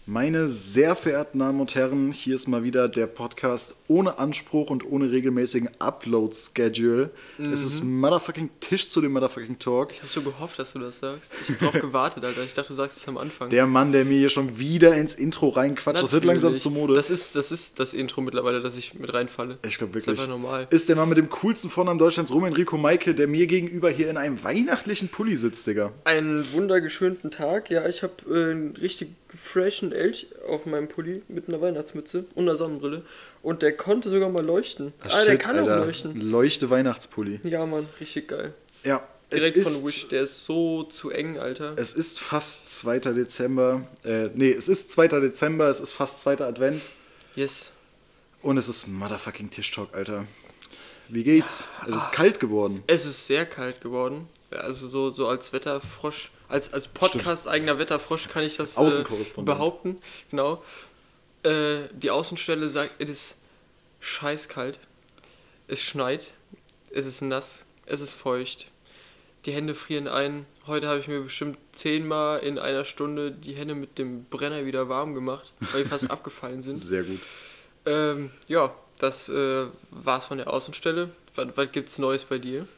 Meine sehr verehrten Damen und Herren, hier ist mal wieder der Podcast ohne Anspruch und ohne regelmäßigen Upload-Schedule. Es ist motherfucking Tisch zu dem motherfucking Talk. Ich habe so gehofft, dass du das sagst. Ich habe drauf gewartet, Alter. Ich dachte, du sagst es am Anfang. Der Mann, der mir hier schon wieder ins Intro reinquatscht. Das wird langsam zur Mode. Das ist das Intro mittlerweile, dass ich mit reinfalle. Ich glaube wirklich. Das ist einfach normal. Ist der Mann mit dem coolsten Vornamen Deutschlands, Rom Enrico Maike, der mir gegenüber hier in einem weihnachtlichen Pulli sitzt, Digga. Einen wundergeschönten Tag. Ja, ich habe einen richtig freshen Elch auf meinem Pulli mit einer Weihnachtsmütze und einer Sonnenbrille. Und der konnte sogar mal leuchten. Der kann Alter. auch leuchten. Leuchte Weihnachtspulli. Ja, Mann, richtig geil. Ja. Direkt von Wish, der ist so zu eng, Alter. Es ist fast 2. Dezember. Es ist 2. Dezember, es ist fast 2. Advent. Yes. Und es ist motherfucking Tischtalk, Alter. Wie geht's? Es ist kalt geworden. Es ist sehr kalt geworden. Also so als Wetterfrosch, als Podcast-eigener Wetterfrosch kann ich das behaupten. Genau. Die Außenstelle sagt, es ist scheißkalt. Es schneit. Es ist nass. Es ist feucht. Die Hände frieren ein. Heute habe ich mir bestimmt 10-mal in einer Stunde die Hände mit dem Brenner wieder warm gemacht, weil die fast abgefallen sind. Sehr gut. Ja, das war's von der Außenstelle. Was gibt's Neues bei dir?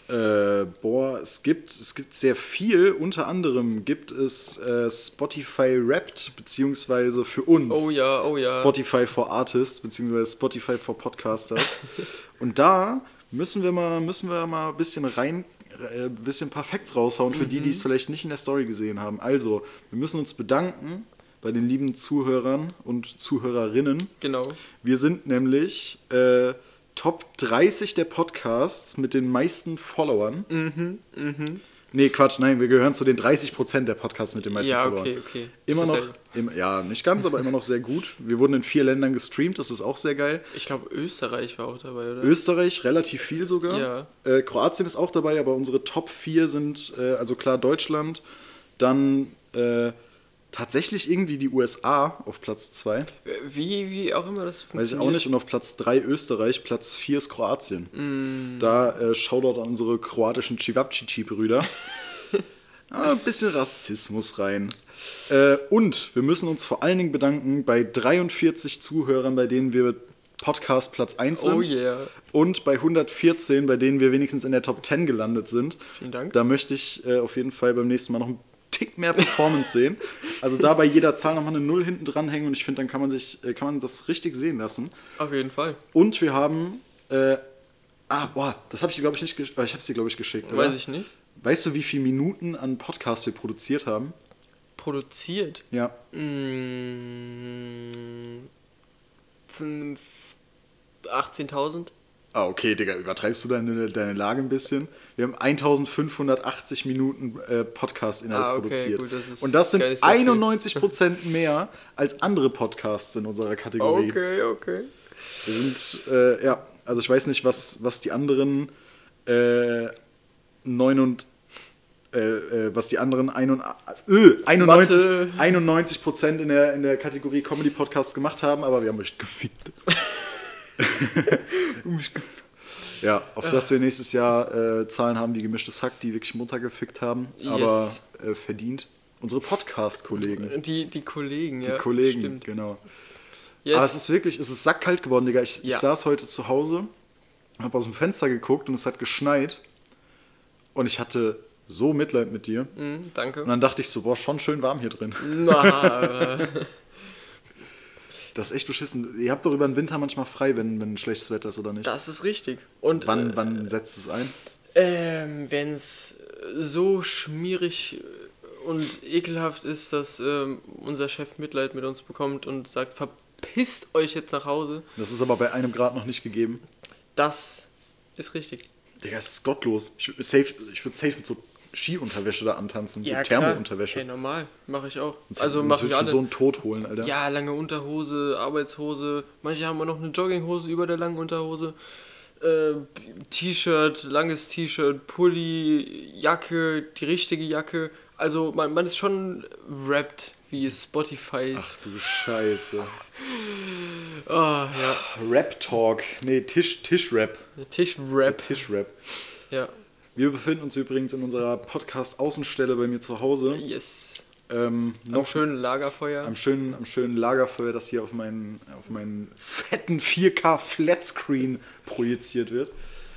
Es gibt sehr viel. Unter anderem gibt es Spotify Wrapped, beziehungsweise für uns Oh ja. Spotify for Artists, beziehungsweise Spotify for Podcasters. Und da müssen wir mal ein bisschen ein bisschen ein paar Facts raushauen für die es vielleicht nicht in der Story gesehen haben. Also, wir müssen uns bedanken bei den lieben Zuhörern und Zuhörerinnen. Genau. Wir sind nämlich Top 30 der Podcasts mit den meisten Followern. Nee, Quatsch, nein, wir gehören zu den 30% der Podcasts mit den meisten Followern. Ja, okay. Immer noch, nicht ganz, aber immer noch sehr gut. Wir wurden in 4 Ländern gestreamt, das ist auch sehr geil. Ich glaube, Österreich war auch dabei, oder? Österreich, relativ viel sogar. Ja. Kroatien ist auch dabei, aber unsere Top 4 sind, also klar Deutschland, dann tatsächlich irgendwie die USA auf Platz 2. Wie auch immer das funktioniert. Weiß ich auch nicht. Und auf Platz 3 Österreich, Platz 4 ist Kroatien. Da Shoutout an unsere kroatischen Cevapcici-Brüder. Ein bisschen Rassismus rein. Und wir müssen uns vor allen Dingen bedanken bei 43 Zuhörern, bei denen wir Podcast Platz 1 sind. Oh yeah. Und bei 114, bei denen wir wenigstens in der Top 10 gelandet sind. Vielen Dank. Da möchte ich auf jeden Fall beim nächsten Mal noch ein Tick mehr Performance sehen. Also da bei jeder Zahl nochmal eine 0 hinten dranhängen und ich finde, dann kann man das richtig sehen lassen. Auf jeden Fall. Und wir haben das habe ich dir, glaube ich, nicht geschickt. Ich habe es dir, glaube ich, geschickt, oder? Weiß ich nicht. Weißt du, wie viele Minuten an Podcast wir produziert haben? Produziert? Ja. 18.000? Ah, okay, Digga, übertreibst du deine Lage ein bisschen? Wir haben 1580 Minuten Podcast-Inhalt produziert. Gut, das ist und das sind 91% mehr als andere Podcasts in unserer Kategorie. Okay. Wir sind, also ich weiß nicht, was die anderen 91% in der Kategorie Comedy-Podcast gemacht haben, aber wir haben euch gefickt. Ja, auf das wir nächstes Jahr Zahlen haben wie Gemischtes Hack, die wirklich Mutter gefickt haben, aber verdient. Unsere Podcast-Kollegen. Die Kollegen, ja. Die Kollegen, stimmt. Genau. Yes. Aber es ist sackkalt geworden, Digga. Ich saß heute zu Hause, habe aus dem Fenster geguckt und es hat geschneit. Und ich hatte so Mitleid mit dir. Danke. Und dann dachte ich so, boah, schon schön warm hier drin. Das ist echt beschissen. Ihr habt doch über den Winter manchmal frei, wenn schlechtes Wetter ist, oder nicht? Das ist richtig. Und wann setzt es ein? Wenn es so schmierig und ekelhaft ist, dass unser Chef Mitleid mit uns bekommt und sagt, verpisst euch jetzt nach Hause. Das ist aber bei 1 Grad noch nicht gegeben. Das ist richtig. Digga, es ist gottlos. Ich würde safe mit so Skiunterwäsche da antanzen, ja, so Thermounterwäsche. Hey, normal, mache ich auch. Also mache ich alle. So einen Tod holen, Alter. Ja, lange Unterhose, Arbeitshose. Manche haben auch noch eine Jogginghose über der langen Unterhose. T-Shirt, langes T-Shirt, Pulli, Jacke, die richtige Jacke. Also man ist schon wrapped, wie Spotify ist. Ach du Scheiße. Ja. Rap-Talk. Nee, Tisch-Rap. Tisch-Rap. Tisch-Rap. Ja. Wir befinden uns übrigens in unserer Podcast-Außenstelle bei mir zu Hause. Yes. Am schönen Lagerfeuer. Am schönen Lagerfeuer, das hier auf meinen fetten 4K Flatscreen projiziert wird.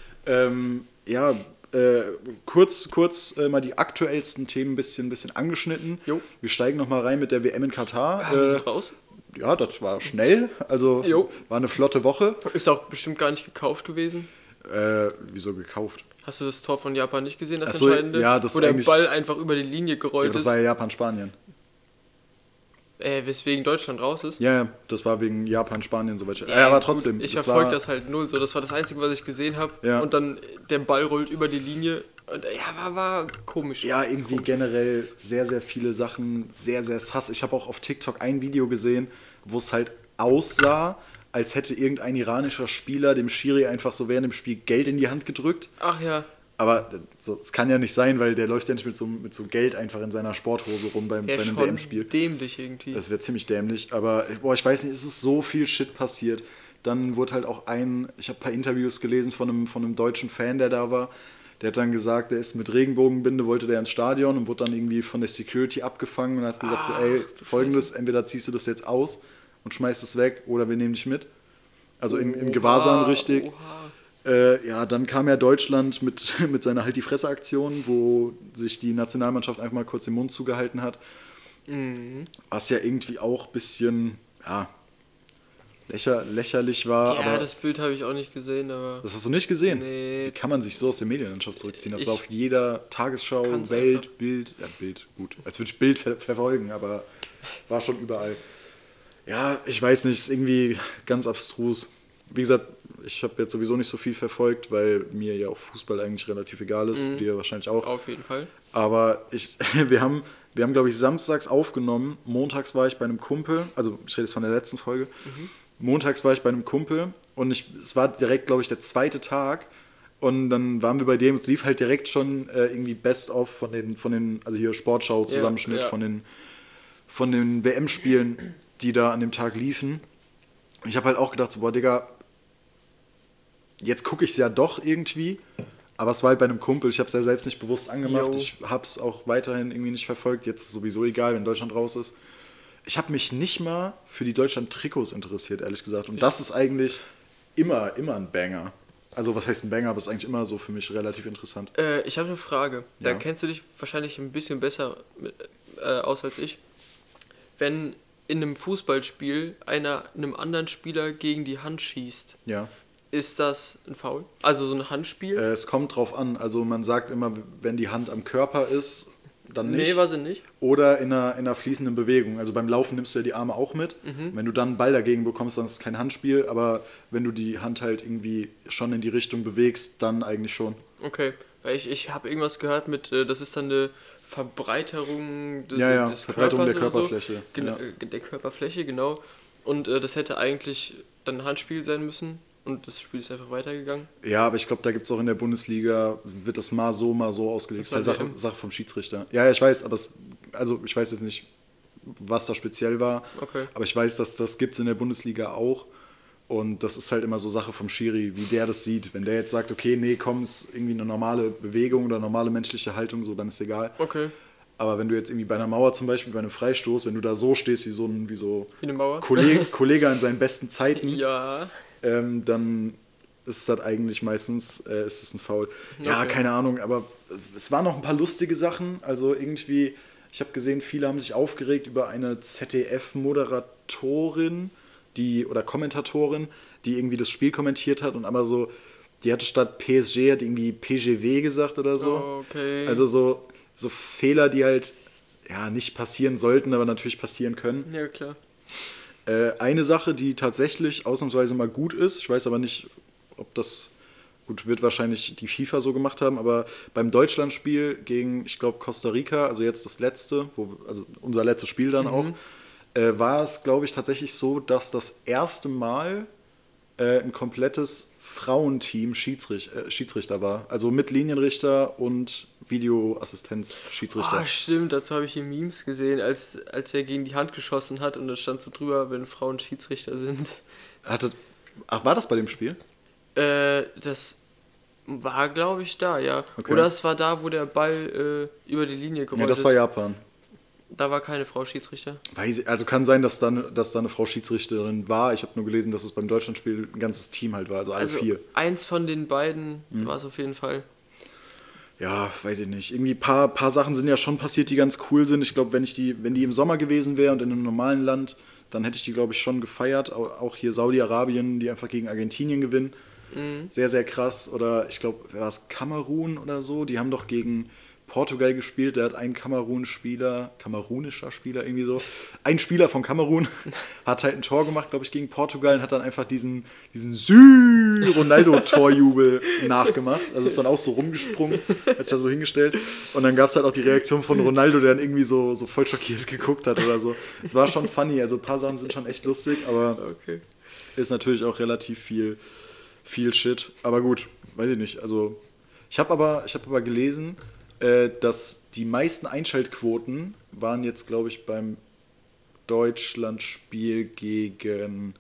Kurz mal die aktuellsten Themen ein bisschen angeschnitten. Jo. Wir steigen nochmal rein mit der WM in Katar. Wir sind raus. Ja, das war schnell. Also war eine flotte Woche. Ist auch bestimmt gar nicht gekauft gewesen. Wieso gekauft? Hast du das Tor von Japan nicht gesehen, das Entscheidende? Ja, das wo der Ball einfach über die Linie gerollt ist. Das war ja Japan-Spanien. Weswegen Deutschland raus ist? Ja, das war wegen Japan-Spanien soweit. Ja, aber trotzdem. Ich verfolge das halt null. So, das war das Einzige, was ich gesehen habe. Ja. Und dann der Ball rollt über die Linie. Und war komisch. Ja, irgendwie generell sehr, sehr viele Sachen, sehr, sehr sass. Ich habe auch auf TikTok ein Video gesehen, wo es halt aussah, als hätte irgendein iranischer Spieler dem Schiri einfach so während dem Spiel Geld in die Hand gedrückt. Ach ja. Aber das kann ja nicht sein, weil der läuft ja nicht mit so Geld einfach in seiner Sporthose rum bei einem WM-Spiel. Dämlich irgendwie. Das wäre ziemlich dämlich. Aber ich weiß nicht, es ist so viel Shit passiert. Dann wurde halt auch ich habe ein paar Interviews gelesen von einem deutschen Fan, der da war. Der hat dann gesagt, der ist mit Regenbogenbinde, wollte der ins Stadion und wurde dann irgendwie von der Security abgefangen und hat gesagt, Folgendes, entweder ziehst du das jetzt aus und schmeißt es weg oder wir nehmen dich mit. Also im Gewahrsam richtig. Dann kam ja Deutschland mit seiner Halt-die-Fresse-Aktion, wo sich die Nationalmannschaft einfach mal kurz den Mund zugehalten hat. Mhm. Was ja irgendwie auch ein bisschen, lächerlich war. Ja, aber das Bild habe ich auch nicht gesehen. Aber das hast du nicht gesehen? Nee. Wie kann man sich so aus der Medienlandschaft zurückziehen? Das war auf jeder Tagesschau, Welt, einfach. Bild. Ja, Bild, gut. Als würde ich Bild verfolgen, aber war schon überall. Ja, ich weiß nicht, ist irgendwie ganz abstrus. Wie gesagt, ich habe jetzt sowieso nicht so viel verfolgt, weil mir ja auch Fußball eigentlich relativ egal ist. Dir wahrscheinlich auch. Auf jeden Fall. Aber wir haben, glaube ich, samstags aufgenommen. Montags war ich bei einem Kumpel, also ich rede jetzt von der letzten Folge. Montags war ich bei einem Kumpel und es war direkt, glaube ich, der zweite Tag. Und dann waren wir bei dem, es lief halt direkt schon irgendwie Best-of von den, also hier Sportschau-Zusammenschnitt von den WM-Spielen, die da an dem Tag liefen. Und ich habe halt auch gedacht, so, boah, Digga, jetzt gucke ich es ja doch irgendwie, aber es war halt bei einem Kumpel, ich habe es ja selbst nicht bewusst angemacht, ich habe es auch weiterhin irgendwie nicht verfolgt, jetzt ist es sowieso egal, wenn Deutschland raus ist. Ich habe mich nicht mal für die Deutschland-Trikots interessiert, ehrlich gesagt, und das ist eigentlich immer ein Banger. Also was heißt ein Banger, aber ist eigentlich immer so für mich relativ interessant. Ich habe eine Frage, da kennst du dich wahrscheinlich ein bisschen besser aus als ich. Wenn in einem Fußballspiel einer einem anderen Spieler gegen die Hand schießt, ist das ein Foul? Also so ein Handspiel? Es kommt drauf an. Also man sagt immer, wenn die Hand am Körper ist, dann nicht. Nee, war sie nicht. Oder in einer fließenden Bewegung. Also beim Laufen nimmst du ja die Arme auch mit. Wenn du dann einen Ball dagegen bekommst, dann ist es kein Handspiel. Aber wenn du die Hand halt irgendwie schon in die Richtung bewegst, dann eigentlich schon. Okay, weil ich habe irgendwas gehört mit, das ist dann eine Verbreiterung des Verbreiterung Körpers der Körperfläche. Der Körperfläche, genau. Und das hätte eigentlich dann ein Handspiel sein müssen. Und das Spiel ist einfach weitergegangen. Ja, aber ich glaube, da gibt es auch in der Bundesliga, wird das mal so ausgelegt. Das ist halt Sache vom Schiedsrichter. Ja, ich weiß, aber ich weiß jetzt nicht, was da speziell war. Okay. Aber ich weiß, dass das gibt es in der Bundesliga auch. Und das ist halt immer so Sache vom Schiri, wie der das sieht. Wenn der jetzt sagt, okay, nee, komm, ist irgendwie eine normale Bewegung oder normale menschliche Haltung, so, dann ist egal. Okay. Aber wenn du jetzt irgendwie bei einer Mauer zum Beispiel, bei einem Freistoß, wenn du da so stehst wie eine Mauer? Kollege in seinen besten Zeiten, ja. Dann ist es halt eigentlich meistens ist es ein Foul. Ja, keine Ahnung, aber es waren noch ein paar lustige Sachen. Also irgendwie, ich habe gesehen, viele haben sich aufgeregt über eine ZDF-Moderatorin, oder Kommentatorin, die irgendwie das Spiel kommentiert hat und aber so, die hatte statt PSG, hat irgendwie PGW gesagt oder so. Okay. Also so Fehler, die halt nicht passieren sollten, aber natürlich passieren können. Ja, klar. Eine Sache, die tatsächlich ausnahmsweise mal gut ist, ich weiß aber nicht, ob das, gut, wird wahrscheinlich die FIFA so gemacht haben, aber beim Deutschlandspiel gegen, ich glaube, Costa Rica, also jetzt das letzte, also unser letztes Spiel dann auch, war es, glaube ich, tatsächlich so, dass das erste Mal ein komplettes Frauenteam Schiedsrichter war. Also mit Linienrichter und Videoassistenz-Schiedsrichter. Ah, stimmt, dazu habe ich hier Memes gesehen, als er gegen die Hand geschossen hat und da stand so drüber, wenn Frauen Schiedsrichter sind. War das bei dem Spiel? Das war, glaube ich, da, ja. Okay. Oder es war da, wo der Ball über die Linie gerollt ist. Ja, das war Japan. Da war keine Frau Schiedsrichter. Also kann sein, dass da eine Frau Schiedsrichterin war. Ich habe nur gelesen, dass es beim Deutschlandspiel ein ganzes Team halt war, also alle 4. Eins von den beiden war es auf jeden Fall. Ja, weiß ich nicht. Irgendwie paar Sachen sind ja schon passiert, die ganz cool sind. Ich glaube, wenn die im Sommer gewesen wäre und in einem normalen Land, dann hätte ich die, glaube ich, schon gefeiert. Auch hier Saudi-Arabien, die einfach gegen Argentinien gewinnen. Sehr, sehr krass. Oder ich glaube, war es Kamerun oder so? Die haben doch gegen Portugal gespielt. Der hat einen kamerunischer Spieler irgendwie so. Ein Spieler von Kamerun hat halt ein Tor gemacht, glaube ich, gegen Portugal und hat dann einfach diesen Ronaldo-Torjubel nachgemacht. Also ist dann auch so rumgesprungen, hat sich da so hingestellt. Und dann gab es halt auch die Reaktion von Ronaldo, der dann irgendwie so voll schockiert geguckt hat oder so. Es war schon funny. Also ein paar Sachen sind schon echt lustig, aber ist natürlich auch relativ viel Shit. Aber gut, weiß ich nicht. Also ich habe aber gelesen, dass die meisten Einschaltquoten waren jetzt, glaube ich, beim Deutschlandspiel gegen,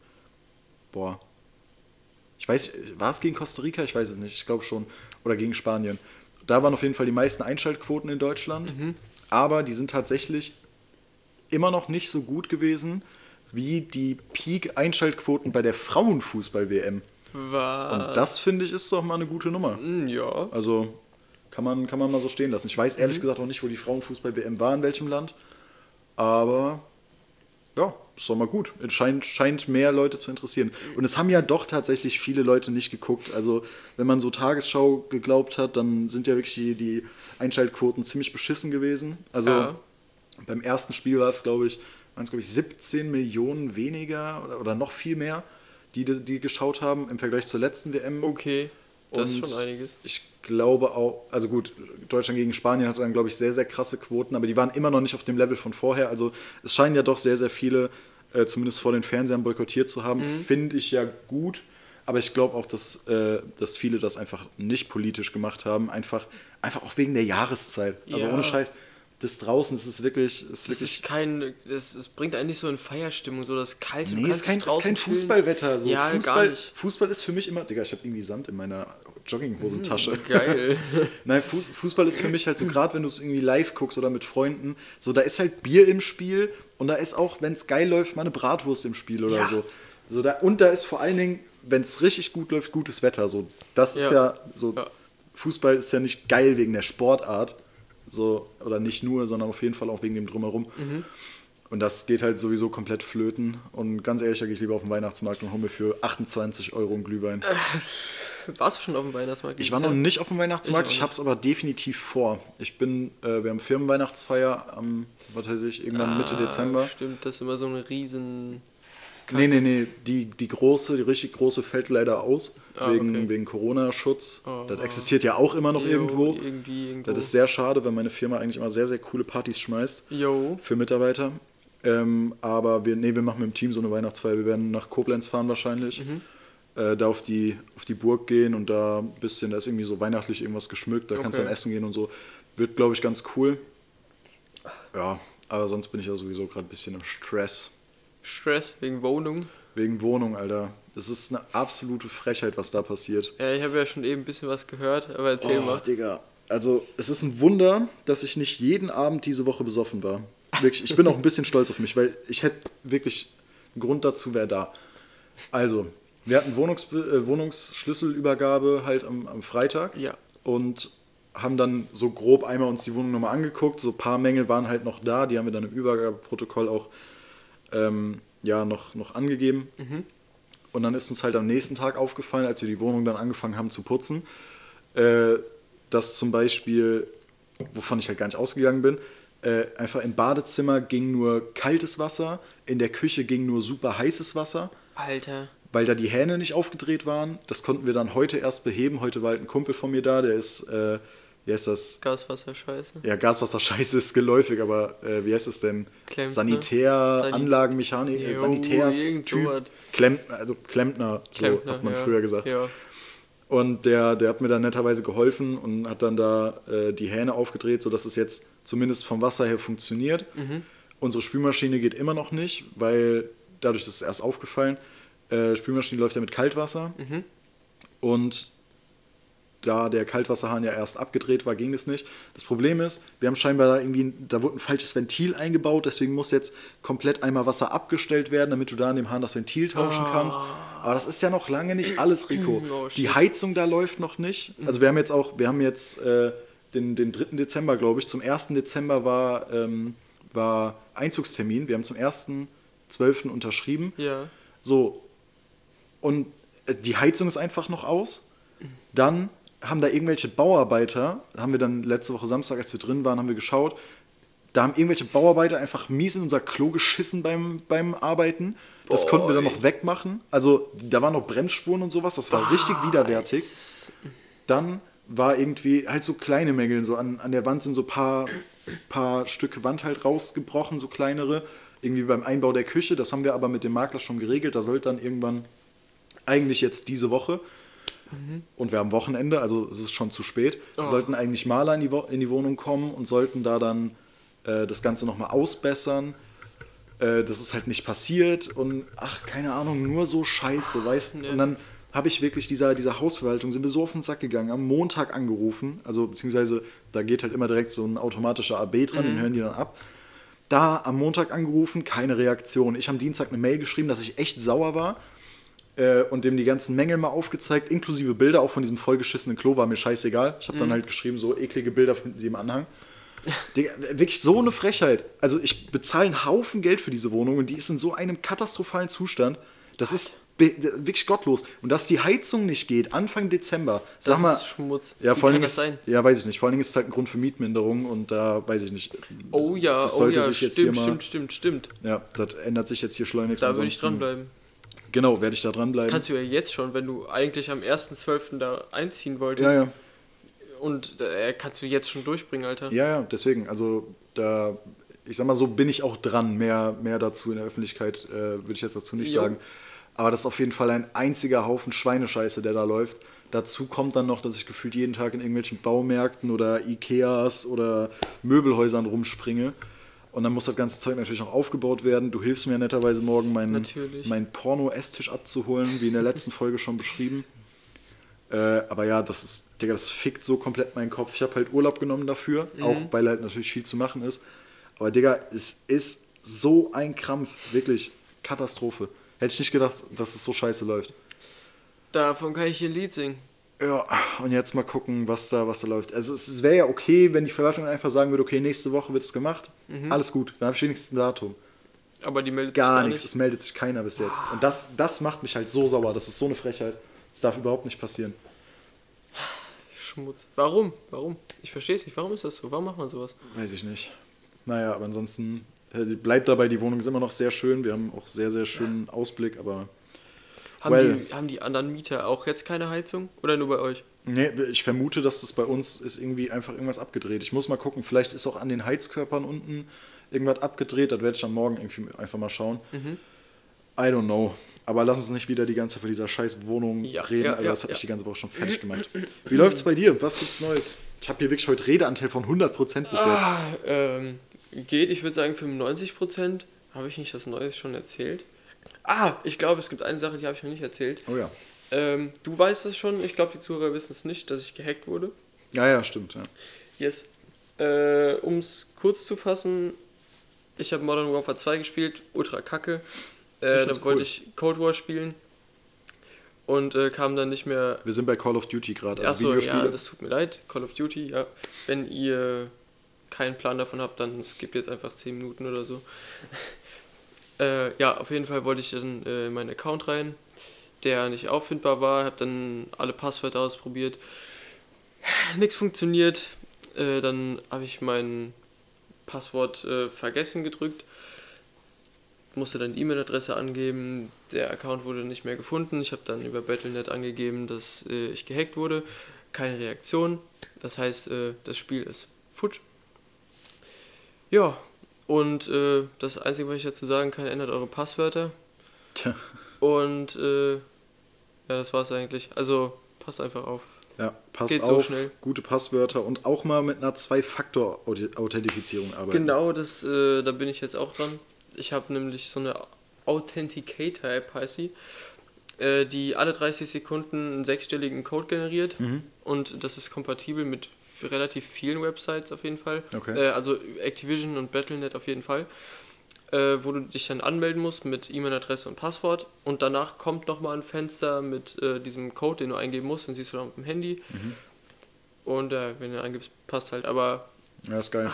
ich weiß, war es gegen Costa Rica? Ich weiß es nicht, ich glaube schon. Oder gegen Spanien. Da waren auf jeden Fall die meisten Einschaltquoten in Deutschland. Aber die sind tatsächlich immer noch nicht so gut gewesen wie die Peak-Einschaltquoten bei der Frauenfußball-WM. Und das, finde ich, ist doch mal eine gute Nummer. Ja. Also kann man mal so stehen lassen. Ich weiß ehrlich gesagt auch nicht, wo die Frauenfußball-WM war, in welchem Land. Aber ja, ist doch mal gut. Es scheint mehr Leute zu interessieren. Und es haben ja doch tatsächlich viele Leute nicht geguckt. Also wenn man so Tagesschau geglaubt hat, dann sind ja wirklich die Einschaltquoten ziemlich beschissen gewesen. Also beim ersten Spiel waren es, glaube ich, 17 Millionen weniger oder noch viel mehr, die geschaut haben im Vergleich zur letzten WM. Okay, das ist schon einiges. Ich glaube auch, also gut, Deutschland gegen Spanien hatte dann, glaube ich, sehr, sehr krasse Quoten, aber die waren immer noch nicht auf dem Level von vorher. Also es scheinen ja doch sehr, sehr viele, zumindest vor den Fernsehern, boykottiert zu haben. Finde ich ja gut, aber ich glaube auch, dass viele das einfach nicht politisch gemacht haben. Einfach auch wegen der Jahreszeit. Also ohne Scheiß. Das draußen, es bringt einen nicht so in Feierstimmung, so das kalte. Nee, es ist kein Fußballwetter. So. Ja, gar nicht. Fußball ist für mich immer, Digga, ich habe irgendwie Sand in meiner Jogginghosentasche. Geil. Nein, Fußball ist für mich halt so, gerade wenn du es irgendwie live guckst oder mit Freunden, so, da ist halt Bier im Spiel und da ist auch, wenn es geil läuft, mal eine Bratwurst im Spiel oder so. Und da ist vor allen Dingen, wenn es richtig gut läuft, gutes Wetter. So, das ist ja so, Fußball ist ja nicht geil wegen der Sportart. So, oder nicht nur, sondern auf jeden Fall auch wegen dem Drumherum. Und das geht halt sowieso komplett flöten. Und ganz ehrlich, da gehe ich lieber auf den Weihnachtsmarkt und hole mir für 28 € einen Glühwein. Warst du schon auf dem Weihnachtsmarkt? Ich war noch nicht auf dem Weihnachtsmarkt, ich habe es aber definitiv vor. Wir haben Firmenweihnachtsfeier am, irgendwann Mitte Dezember. Stimmt, das ist immer so eine riesen... Nee, die richtig große fällt leider aus, wegen Corona-Schutz. Das existiert ja auch immer noch irgendwo. Das ist sehr schade, weil meine Firma eigentlich immer sehr, sehr coole Partys schmeißt für Mitarbeiter. Aber wir machen mit dem Team so eine Weihnachtsfeier. Wir werden nach Koblenz fahren wahrscheinlich, da auf die Burg gehen und da ein bisschen, da ist irgendwie so weihnachtlich irgendwas geschmückt, da kannst du dann essen gehen und so. Wird, glaube ich, ganz cool. Ja, aber sonst bin ich ja sowieso gerade ein bisschen im Stress. Stress wegen Wohnung? Wegen Wohnung, Alter. Das ist eine absolute Frechheit, was da passiert. Ja, ich habe ja schon eben ein bisschen was gehört, aber erzähl mal. Digga. Also, es ist ein Wunder, dass ich nicht jeden Abend diese Woche besoffen war. Wirklich, ich bin auch ein bisschen stolz auf mich, weil ich hätte wirklich einen Grund dazu, wäre da. Also, wir hatten Wohnungsschlüsselübergabe halt am Freitag. Ja. Und haben dann so grob einmal uns die Wohnung nochmal angeguckt. So ein paar Mängel waren halt noch da, die haben wir dann im Übergabeprotokoll auch noch angegeben. Und dann ist uns halt am nächsten Tag aufgefallen, als wir die Wohnung dann angefangen haben zu putzen, dass zum Beispiel, wovon ich halt gar nicht ausgegangen bin, einfach im Badezimmer ging nur kaltes Wasser, in der Küche ging nur super heißes Wasser. Alter. Weil da die Hähne nicht aufgedreht waren. Das konnten wir dann heute erst beheben. Heute war halt ein Kumpel von mir da, der ist... wie heißt das? Gaswasserscheiße. Ja, Gaswasserscheiße ist geläufig, aber wie heißt es denn? Sanitäranlagenmechanik, Sanitärstyp. Klempner, so hat man früher gesagt. Ja. Und der hat mir dann netterweise geholfen und hat dann da die Hähne aufgedreht, sodass es jetzt zumindest vom Wasser her funktioniert. Unsere Spülmaschine geht immer noch nicht, weil dadurch ist es erst aufgefallen. Spülmaschine läuft ja mit Kaltwasser. Und da der Kaltwasserhahn ja erst abgedreht war, ging es nicht. Das Problem ist, wir haben scheinbar da wurde ein falsches Ventil eingebaut, deswegen muss jetzt komplett einmal Wasser abgestellt werden, damit du da an dem Hahn das Ventil tauschen kannst. Aber das ist ja noch lange nicht alles, Rico. Die Heizung da läuft noch nicht. Also wir haben jetzt den 3. Dezember, glaube ich. Zum 1. Dezember war Einzugstermin. Wir haben zum 1.12. unterschrieben. Ja. So. Und die Heizung ist einfach noch aus. Dann haben da irgendwelche Bauarbeiter, haben wir dann letzte Woche Samstag, als wir drin waren, haben wir geschaut, da haben irgendwelche Bauarbeiter einfach mies in unser Klo geschissen beim Arbeiten. Das konnten wir dann noch wegmachen. Also da waren noch Bremsspuren und sowas, das war richtig widerwärtig. Dann war irgendwie halt so kleine Mängel, so an der Wand sind so paar Stücke Wand halt rausgebrochen, so kleinere. Irgendwie beim Einbau der Küche, das haben wir aber mit dem Makler schon geregelt, da sollte dann irgendwann, eigentlich jetzt diese Woche, und wir haben Wochenende, also es ist schon zu spät. Sollten eigentlich Maler in die Wohnung kommen und sollten da dann das Ganze nochmal ausbessern. Das ist halt nicht passiert und keine Ahnung, nur so scheiße, weißt du? Und dann habe ich wirklich dieser Hausverwaltung, sind wir so auf den Sack gegangen, am Montag angerufen, also beziehungsweise da geht halt immer direkt so ein automatischer AB dran, den hören die dann ab. Da am Montag angerufen, keine Reaktion. Ich am Dienstag eine Mail geschrieben, dass ich echt sauer war. Und dem die ganzen Mängel mal aufgezeigt, inklusive Bilder, auch von diesem vollgeschissenen Klo, war mir scheißegal. Ich habe dann halt geschrieben, so eklige Bilder finden sie im Anhang. Digga, wirklich so eine Frechheit. Also ich bezahle einen Haufen Geld für diese Wohnung und die ist in so einem katastrophalen Zustand. Das ist wirklich gottlos. Und dass die Heizung nicht geht, Anfang Dezember. Sag mal, das ist Schmutz. Ja, vor allem ist, ja, weiß ich nicht. Vor allem ist es halt ein Grund für Mietminderung und da weiß ich nicht. Oh ja, das sollte sich jetzt hier mal, stimmt. Ja, das ändert sich jetzt hier schleunigst. Da würde ich dranbleiben. Genau, werde ich da dranbleiben. Kannst du ja jetzt schon, wenn du eigentlich am 1.12. da einziehen wolltest. Ja. Und kannst du jetzt schon durchbringen, Alter. Ja, deswegen. Also da, ich sag mal so, bin ich auch dran. Mehr dazu in der Öffentlichkeit würde ich jetzt dazu nicht sagen. Aber das ist auf jeden Fall ein einziger Haufen Schweinescheiße, der da läuft. Dazu kommt dann noch, dass ich gefühlt jeden Tag in irgendwelchen Baumärkten oder Ikeas oder Möbelhäusern rumspringe. Und dann muss das ganze Zeug natürlich noch aufgebaut werden. Du hilfst mir netterweise morgen, meinen Porno-Esstisch abzuholen, wie in der letzten Folge schon beschrieben. Aber ja, das fickt so komplett meinen Kopf. Ich habe halt Urlaub genommen dafür, auch weil halt natürlich viel zu machen ist. Aber Digga, es ist so ein Krampf, wirklich Katastrophe. Hätte ich nicht gedacht, dass es so scheiße läuft. Davon kann ich hier ein Lied singen. Ja, und jetzt mal gucken, was da läuft. Also es wäre ja okay, wenn die Verwaltung einfach sagen würde, okay, nächste Woche wird es gemacht. Alles gut, dann habe ich wenigstens ein Datum. Aber die meldet gar nichts, es meldet sich keiner bis jetzt. Und das macht mich halt so sauer, das ist so eine Frechheit. Das darf überhaupt nicht passieren. Schmutz. Warum? Ich verstehe es nicht. Warum ist das so? Warum macht man sowas? Weiß ich nicht. Naja, aber ansonsten bleibt dabei, die Wohnung ist immer noch sehr schön. Wir haben auch sehr, sehr schönen Ausblick, aber... Haben die anderen Mieter auch jetzt keine Heizung? Oder nur bei euch? Nee, ich vermute, dass das bei uns ist irgendwie einfach irgendwas abgedreht. Ich muss mal gucken, vielleicht ist auch an den Heizkörpern unten irgendwas abgedreht. Das werde ich dann morgen irgendwie einfach mal schauen. I don't know. Aber lass uns nicht wieder die ganze Zeit von dieser scheiß Wohnung reden. Das hat mich die ganze Woche schon fertig gemacht. Wie läuft's bei dir? Was gibt's Neues? Ich habe hier wirklich heute Redeanteil von 100% bis jetzt. Geht, ich würde sagen 95%. Habe ich nicht das Neues schon erzählt? Ich glaube, es gibt eine Sache, die habe ich noch nicht erzählt. Oh ja. Du weißt es schon, ich glaube, die Zuhörer wissen es nicht, dass ich gehackt wurde. Ja, stimmt. Ja. Yes. Um es kurz zu fassen, ich habe Modern Warfare 2 gespielt, ultra kacke. Da wollte ich Cold War spielen und kam dann nicht mehr... Wir sind bei Call of Duty gerade, also Videospiele. Ja, das tut mir leid, Call of Duty, ja. Wenn ihr keinen Plan davon habt, dann skippt jetzt einfach 10 Minuten oder so. Auf jeden Fall wollte ich dann in meinen Account rein, der nicht auffindbar war, habe dann alle Passwörter ausprobiert, nichts funktioniert, dann habe ich mein Passwort vergessen gedrückt, musste dann die E-Mail-Adresse angeben, der Account wurde nicht mehr gefunden, ich habe dann über Battle.net angegeben, dass ich gehackt wurde, keine Reaktion, das heißt, das Spiel ist futsch. Ja. Und das Einzige, was ich dazu sagen kann, ändert eure Passwörter. Tja. Und das war's eigentlich. Also passt einfach auf. Ja, passt Geht auf, so schnell. Gute Passwörter und auch mal mit einer 2-Faktor-Authentifizierung arbeiten. Genau, da bin ich jetzt auch dran. Ich habe nämlich so eine Authenticator-App, heißt sie. die alle 30 Sekunden einen 6-stelligen Code generiert und das ist kompatibel mit relativ vielen Websites auf jeden Fall. Okay. Also Activision und Battle.net auf jeden Fall. Wo du dich dann anmelden musst mit E-Mail-Adresse und Passwort und danach kommt nochmal ein Fenster mit diesem Code, den du eingeben musst, den siehst du dann mit dem Handy und wenn du eingibst, passt halt, aber ja, ist geil.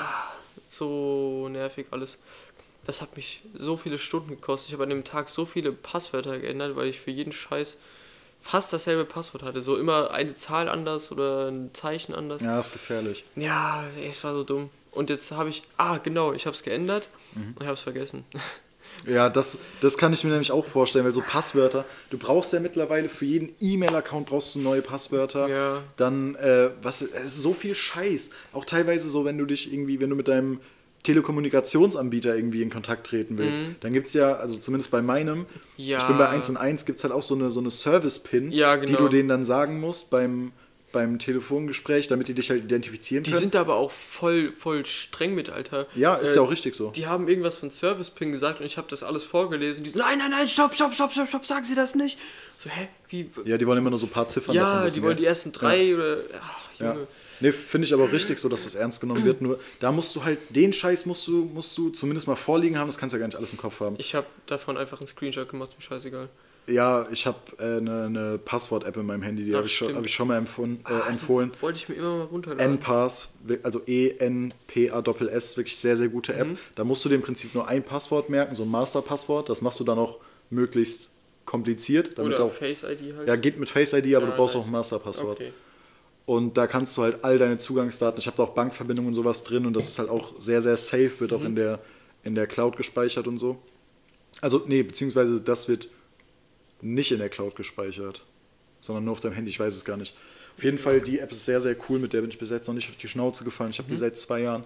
So nervig alles. Das hat mich so viele Stunden gekostet. Ich habe an dem Tag so viele Passwörter geändert, weil ich für jeden Scheiß fast dasselbe Passwort hatte. So immer eine Zahl anders oder ein Zeichen anders. Ja, ist gefährlich. Ja, es war so dumm. Und jetzt habe ich, genau, ich habe es geändert und ich habe es vergessen. Ja, das kann ich mir nämlich auch vorstellen, weil so Passwörter, du brauchst ja mittlerweile für jeden E-Mail-Account brauchst du neue Passwörter. Ja. Dann, es ist so viel Scheiß. Auch teilweise so, wenn du mit deinem Telekommunikationsanbieter irgendwie in Kontakt treten willst, dann gibt es ja, also zumindest bei meinem, ich bin bei 1&1, gibt es halt auch so eine Service-Pin, ja, genau, die du denen dann sagen musst beim Telefongespräch, damit die dich halt identifizieren können. Die sind aber auch voll streng mit, Alter. Ja, ist ja auch richtig so. Die haben irgendwas von Service-Pin gesagt und ich habe das alles vorgelesen. Die so, nein, stopp, sagen Sie das nicht. So, hä? Wie? Ja, die wollen immer nur so ein paar Ziffern davon wissen. Ja, die wollen die ersten 3 oder... Ach, Junge. Ja. Ne, finde ich aber auch richtig so, dass das ernst genommen wird. Nur da musst du halt, den Scheiß musst du zumindest mal vorliegen haben, das kannst du ja gar nicht alles im Kopf haben. Ich habe davon einfach einen Screenshot gemacht, mir scheißegal. Ja, ich habe eine Passwort-App in meinem Handy, die habe ich schon mal empfohlen. Wollte ich mir immer mal runterladen. NPass, also ENPASS, wirklich sehr, sehr gute App. Da musst du dir im Prinzip nur ein Passwort merken, so ein Master-Passwort. Das machst du dann auch möglichst kompliziert. Damit oder auch, Face-ID halt. Ja, geht mit Face-ID, aber du brauchst auch ein Master-Passwort. Okay. Und da kannst du halt all deine Zugangsdaten, ich habe da auch Bankverbindungen und sowas drin und das ist halt auch sehr, sehr safe, wird auch in der Cloud gespeichert und so. Also, nee, beziehungsweise das wird nicht in der Cloud gespeichert, sondern nur auf deinem Handy, ich weiß es gar nicht. Auf jeden Fall, die App ist sehr, sehr cool, mit der bin ich bis jetzt noch nicht auf die Schnauze gefallen. Ich habe die seit 2 Jahren,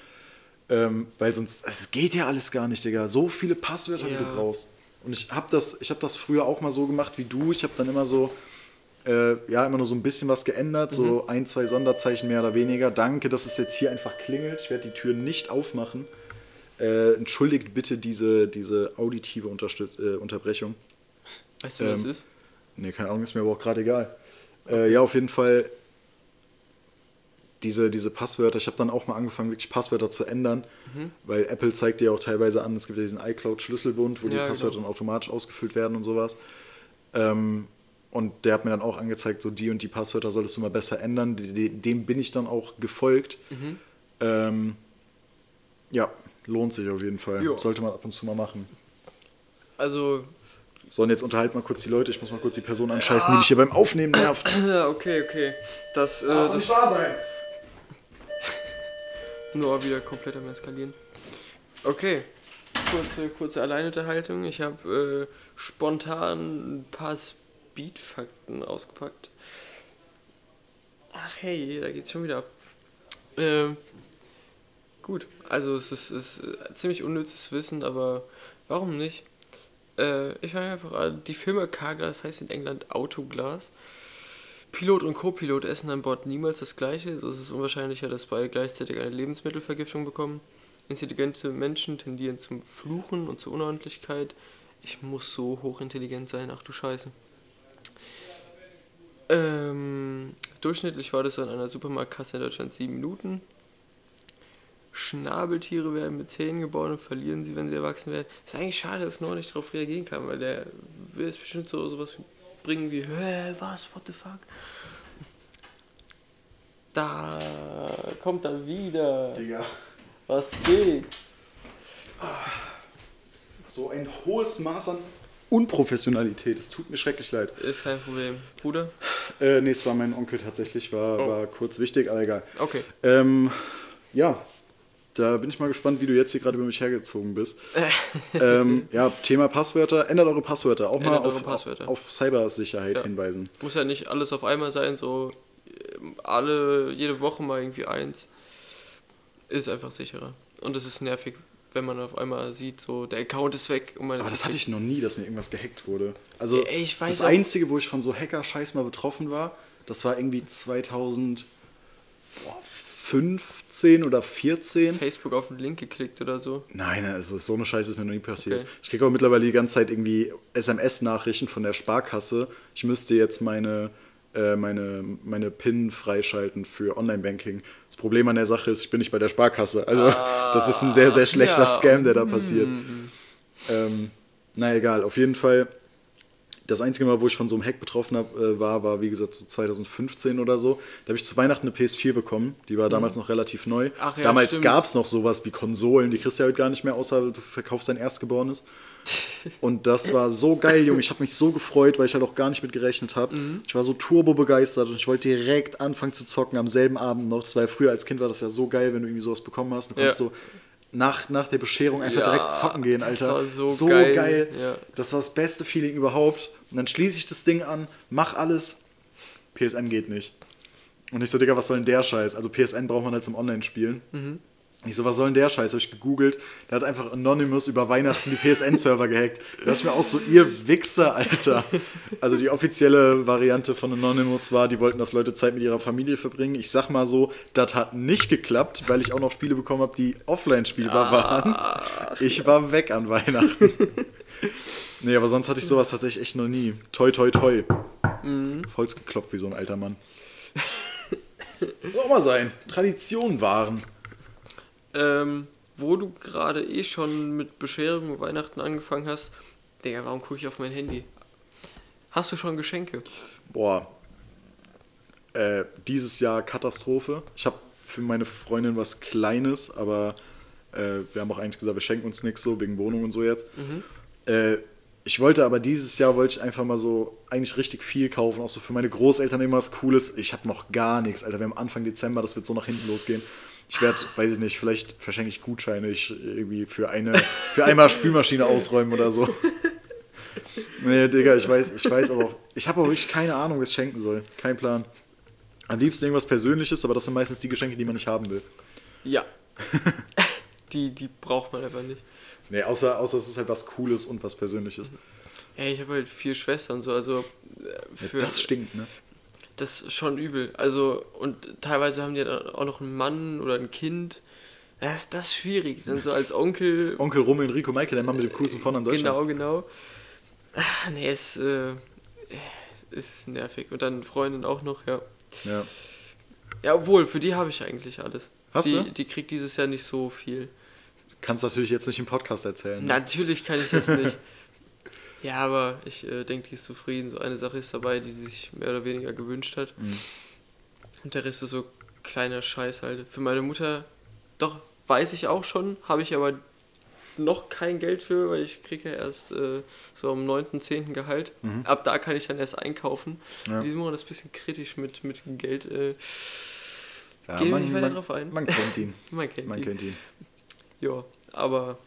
weil sonst, es geht ja alles gar nicht, Digga. So viele Passwörter, die du brauchst. Und ich habe das früher auch mal so gemacht wie du, ich habe dann immer so, immer nur so ein bisschen was geändert, so 1, 2 Sonderzeichen mehr oder weniger. Danke, dass es jetzt hier einfach klingelt. Ich werde die Tür nicht aufmachen. Entschuldigt bitte diese auditive Unterbrechung. Weißt du, was das ist? Nee, keine Ahnung, ist mir aber auch gerade egal. Ja, auf jeden Fall diese Passwörter. Ich habe dann auch mal angefangen, wirklich Passwörter zu ändern, weil Apple zeigt dir auch teilweise an, es gibt ja diesen iCloud-Schlüsselbund, wo die Passwörter dann automatisch ausgefüllt werden und sowas. Und der hat mir dann auch angezeigt, so die und die Passwörter solltest du mal besser ändern. Dem bin ich dann auch gefolgt. Ja, lohnt sich auf jeden Fall. Jo. Sollte man ab und zu mal machen. Also... So, und jetzt unterhalten wir kurz die Leute. Ich muss mal kurz die Person anscheißen, die mich hier beim Aufnehmen nervt. Okay. Das nicht wahr sein. Nur wieder komplett am Eskalieren. Okay. Kurze Alleinunterhaltung. Ich habe spontan ein paar Speed-Fakten ausgepackt. Ach hey, da geht's schon wieder ab. Gut, also es ist ziemlich unnützes Wissen, aber warum nicht? Ich fange einfach an. Die Firma Carglass heißt in England Autoglas. Pilot und Co-Pilot essen an Bord niemals das Gleiche. So ist es unwahrscheinlicher, dass beide gleichzeitig eine Lebensmittelvergiftung bekommen. Intelligente Menschen tendieren zum Fluchen und zur Unordentlichkeit. Ich muss so hochintelligent sein, ach du Scheiße. Durchschnittlich war das an einer Supermarktkasse in Deutschland 7 Minuten. Schnabeltiere werden mit Zähnen geboren und verlieren sie, wenn sie erwachsen werden. Ist eigentlich schade, dass Noah nicht darauf reagieren kann, weil der will jetzt bestimmt sowas bringen wie, was, what the fuck? Da kommt er wieder. Digga. Was geht? So ein hohes Maß an Unprofessionalität. Es tut mir schrecklich leid. Ist kein Problem. Bruder? Nee, es war mein Onkel tatsächlich. War kurz wichtig, aber egal. Okay. Ja, da bin ich mal gespannt, wie du jetzt hier gerade über mich hergezogen bist. Thema Passwörter. Ändert eure Passwörter. Auch mal auf Cybersicherheit hinweisen. Muss ja nicht alles auf einmal sein, so jede Woche mal irgendwie eins. Ist einfach sicherer. Und es ist nervig, wenn man auf einmal sieht, so der Account ist weg. Und aber das hatte ich noch nie, dass mir irgendwas gehackt wurde. Also ich weiß das Einzige, wo ich von so Hacker-Scheiß mal betroffen war, das war irgendwie 2014 15 oder 14. Facebook auf den Link geklickt oder so? Nein, also so eine Scheiße ist mir noch nie passiert. Okay. Ich kriege auch mittlerweile die ganze Zeit irgendwie SMS-Nachrichten von der Sparkasse. Ich müsste jetzt meine PIN freischalten für Online-Banking. Das Problem an der Sache ist, ich bin nicht bei der Sparkasse. Also das ist ein sehr, sehr schlechter Scam, der da passiert. Na egal, auf jeden Fall. Das einzige Mal, wo ich von so einem Hack betroffen war, wie gesagt, so 2015 oder so. Da habe ich zu Weihnachten eine PS4 bekommen. Die war damals noch relativ neu. Ach ja, damals gab es noch sowas wie Konsolen. Die kriegst du ja heute gar nicht mehr, außer du verkaufst dein Erstgeborenes. Und das war so geil, Junge. Ich habe mich so gefreut, weil ich halt auch gar nicht mit gerechnet habe. Ich war so turbo begeistert und ich wollte direkt anfangen zu zocken am selben Abend noch. Das war ja früher als Kind, war das ja so geil, wenn du irgendwie sowas bekommen hast. Du konntest so nach der Bescherung einfach direkt zocken gehen, Alter. Das war so geil. Ja. Das war das beste Feeling überhaupt. Und dann schließe ich das Ding an, mach alles. PSN geht nicht. Und ich so, Digga, was soll denn der Scheiß? Also PSN braucht man halt zum Online-Spielen. Ich so, was soll denn der Scheiß? Habe ich gegoogelt. Der hat einfach Anonymous über Weihnachten die PSN-Server gehackt. Da dachte ich mir auch so, ihr Wichser, Alter. Also die offizielle Variante von Anonymous war, die wollten, dass Leute Zeit mit ihrer Familie verbringen. Ich sag mal so, das hat nicht geklappt, weil ich auch noch Spiele bekommen habe, die offline spielbar waren. Ich war weg an Weihnachten. Nee, aber sonst hatte ich sowas tatsächlich echt noch nie. Toi, toi, toi. Holz geklopft wie so ein alter Mann. Soll auch mal sein. Tradition wahren. Wo du gerade schon mit Bescherung und Weihnachten angefangen hast, Digga, warum gucke ich auf mein Handy? Hast du schon Geschenke? Boah. Dieses Jahr Katastrophe. Ich habe für meine Freundin was Kleines, aber wir haben auch eigentlich gesagt, wir schenken uns nichts so, wegen Wohnung und so jetzt. Ich wollte aber dieses Jahr einfach mal so eigentlich richtig viel kaufen, auch so für meine Großeltern immer was Cooles. Ich habe noch gar nichts, Alter. Wir haben Anfang Dezember, das wird so nach hinten losgehen. Ich werde, weiß ich nicht, vielleicht verschenke ich Gutscheine irgendwie für einmal Spülmaschine ausräumen oder so. Nee, Digga, ich weiß aber auch, ich habe auch wirklich keine Ahnung, was ich schenken soll. Kein Plan. Am liebsten irgendwas Persönliches, aber das sind meistens die Geschenke, die man nicht haben will. Ja. die braucht man einfach nicht. Nee, außer es ist halt was Cooles und was Persönliches. Ja, ich habe halt 4 Schwestern, so, also ja, das stinkt, ne? Das ist schon übel. Also, und teilweise haben die dann auch noch einen Mann oder ein Kind. Das ist schwierig. Dann so als Onkel. Onkel Rum, Enrico Maike, der Mann mit dem coolsten Vornamen Deutschlands. Genau. Nee, es ist nervig. Und dann Freundin auch noch, ja. Ja, obwohl, für die habe ich eigentlich alles. Hast du? Die kriegt dieses Jahr nicht so viel. Kannst natürlich jetzt nicht im Podcast erzählen. Ne? Natürlich kann ich das nicht. Ja, aber ich denke, die ist zufrieden. So eine Sache ist dabei, die sie sich mehr oder weniger gewünscht hat. Und der Rest ist so kleiner Scheiß halt. Für meine Mutter, doch, weiß ich auch schon, habe ich aber noch kein Geld für, weil ich kriege ja erst so am 9., 10. Gehalt. Ab da kann ich dann erst einkaufen. Ja. In diesem Monat ist ein bisschen kritisch mit Geld. Gehen wir nicht weiter drauf ein. Man kennt ihn. Man kennt ihn. Ja, aber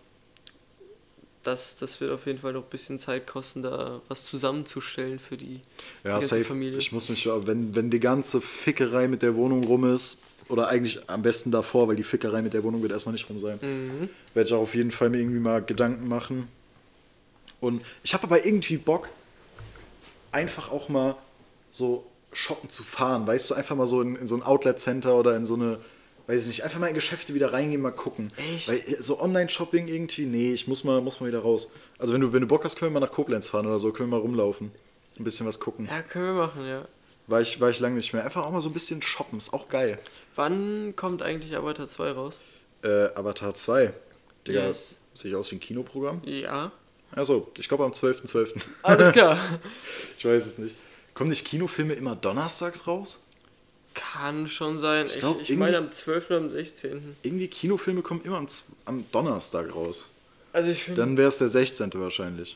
das wird auf jeden Fall noch ein bisschen Zeit kosten, da was zusammenzustellen für die ganze Familie. Ich muss mich, wenn die ganze Fickerei mit der Wohnung rum ist, oder eigentlich am besten davor, weil die Fickerei mit der Wohnung wird erstmal nicht rum sein, werde ich auch auf jeden Fall mir irgendwie mal Gedanken machen. Und ich habe aber irgendwie Bock, einfach auch mal so shoppen zu fahren, weißt du, einfach mal so in so ein Outlet-Center oder in so eine, weiß ich nicht, einfach mal in Geschäfte wieder reingehen, mal gucken. Echt? Weil so Online-Shopping irgendwie, nee, ich muss mal wieder raus. Also wenn du Bock hast, können wir mal nach Koblenz fahren oder so, können wir mal rumlaufen. Ein bisschen was gucken. Ja, können wir machen, ja. War ich lange nicht mehr. Einfach auch mal so ein bisschen shoppen, ist auch geil. Wann kommt eigentlich Avatar 2 raus? Avatar 2? Digga, yes. Sehe ich aus wie ein Kinoprogramm? Ja. Achso, ich glaube am 12.12. Alles klar. Ich weiß es nicht. Kommen nicht Kinofilme immer donnerstags raus? Kann schon sein. Ich meine am 12. oder am 16. Irgendwie Kinofilme kommen immer am Donnerstag raus. Also ich finde... Dann wäre es der 16. wahrscheinlich.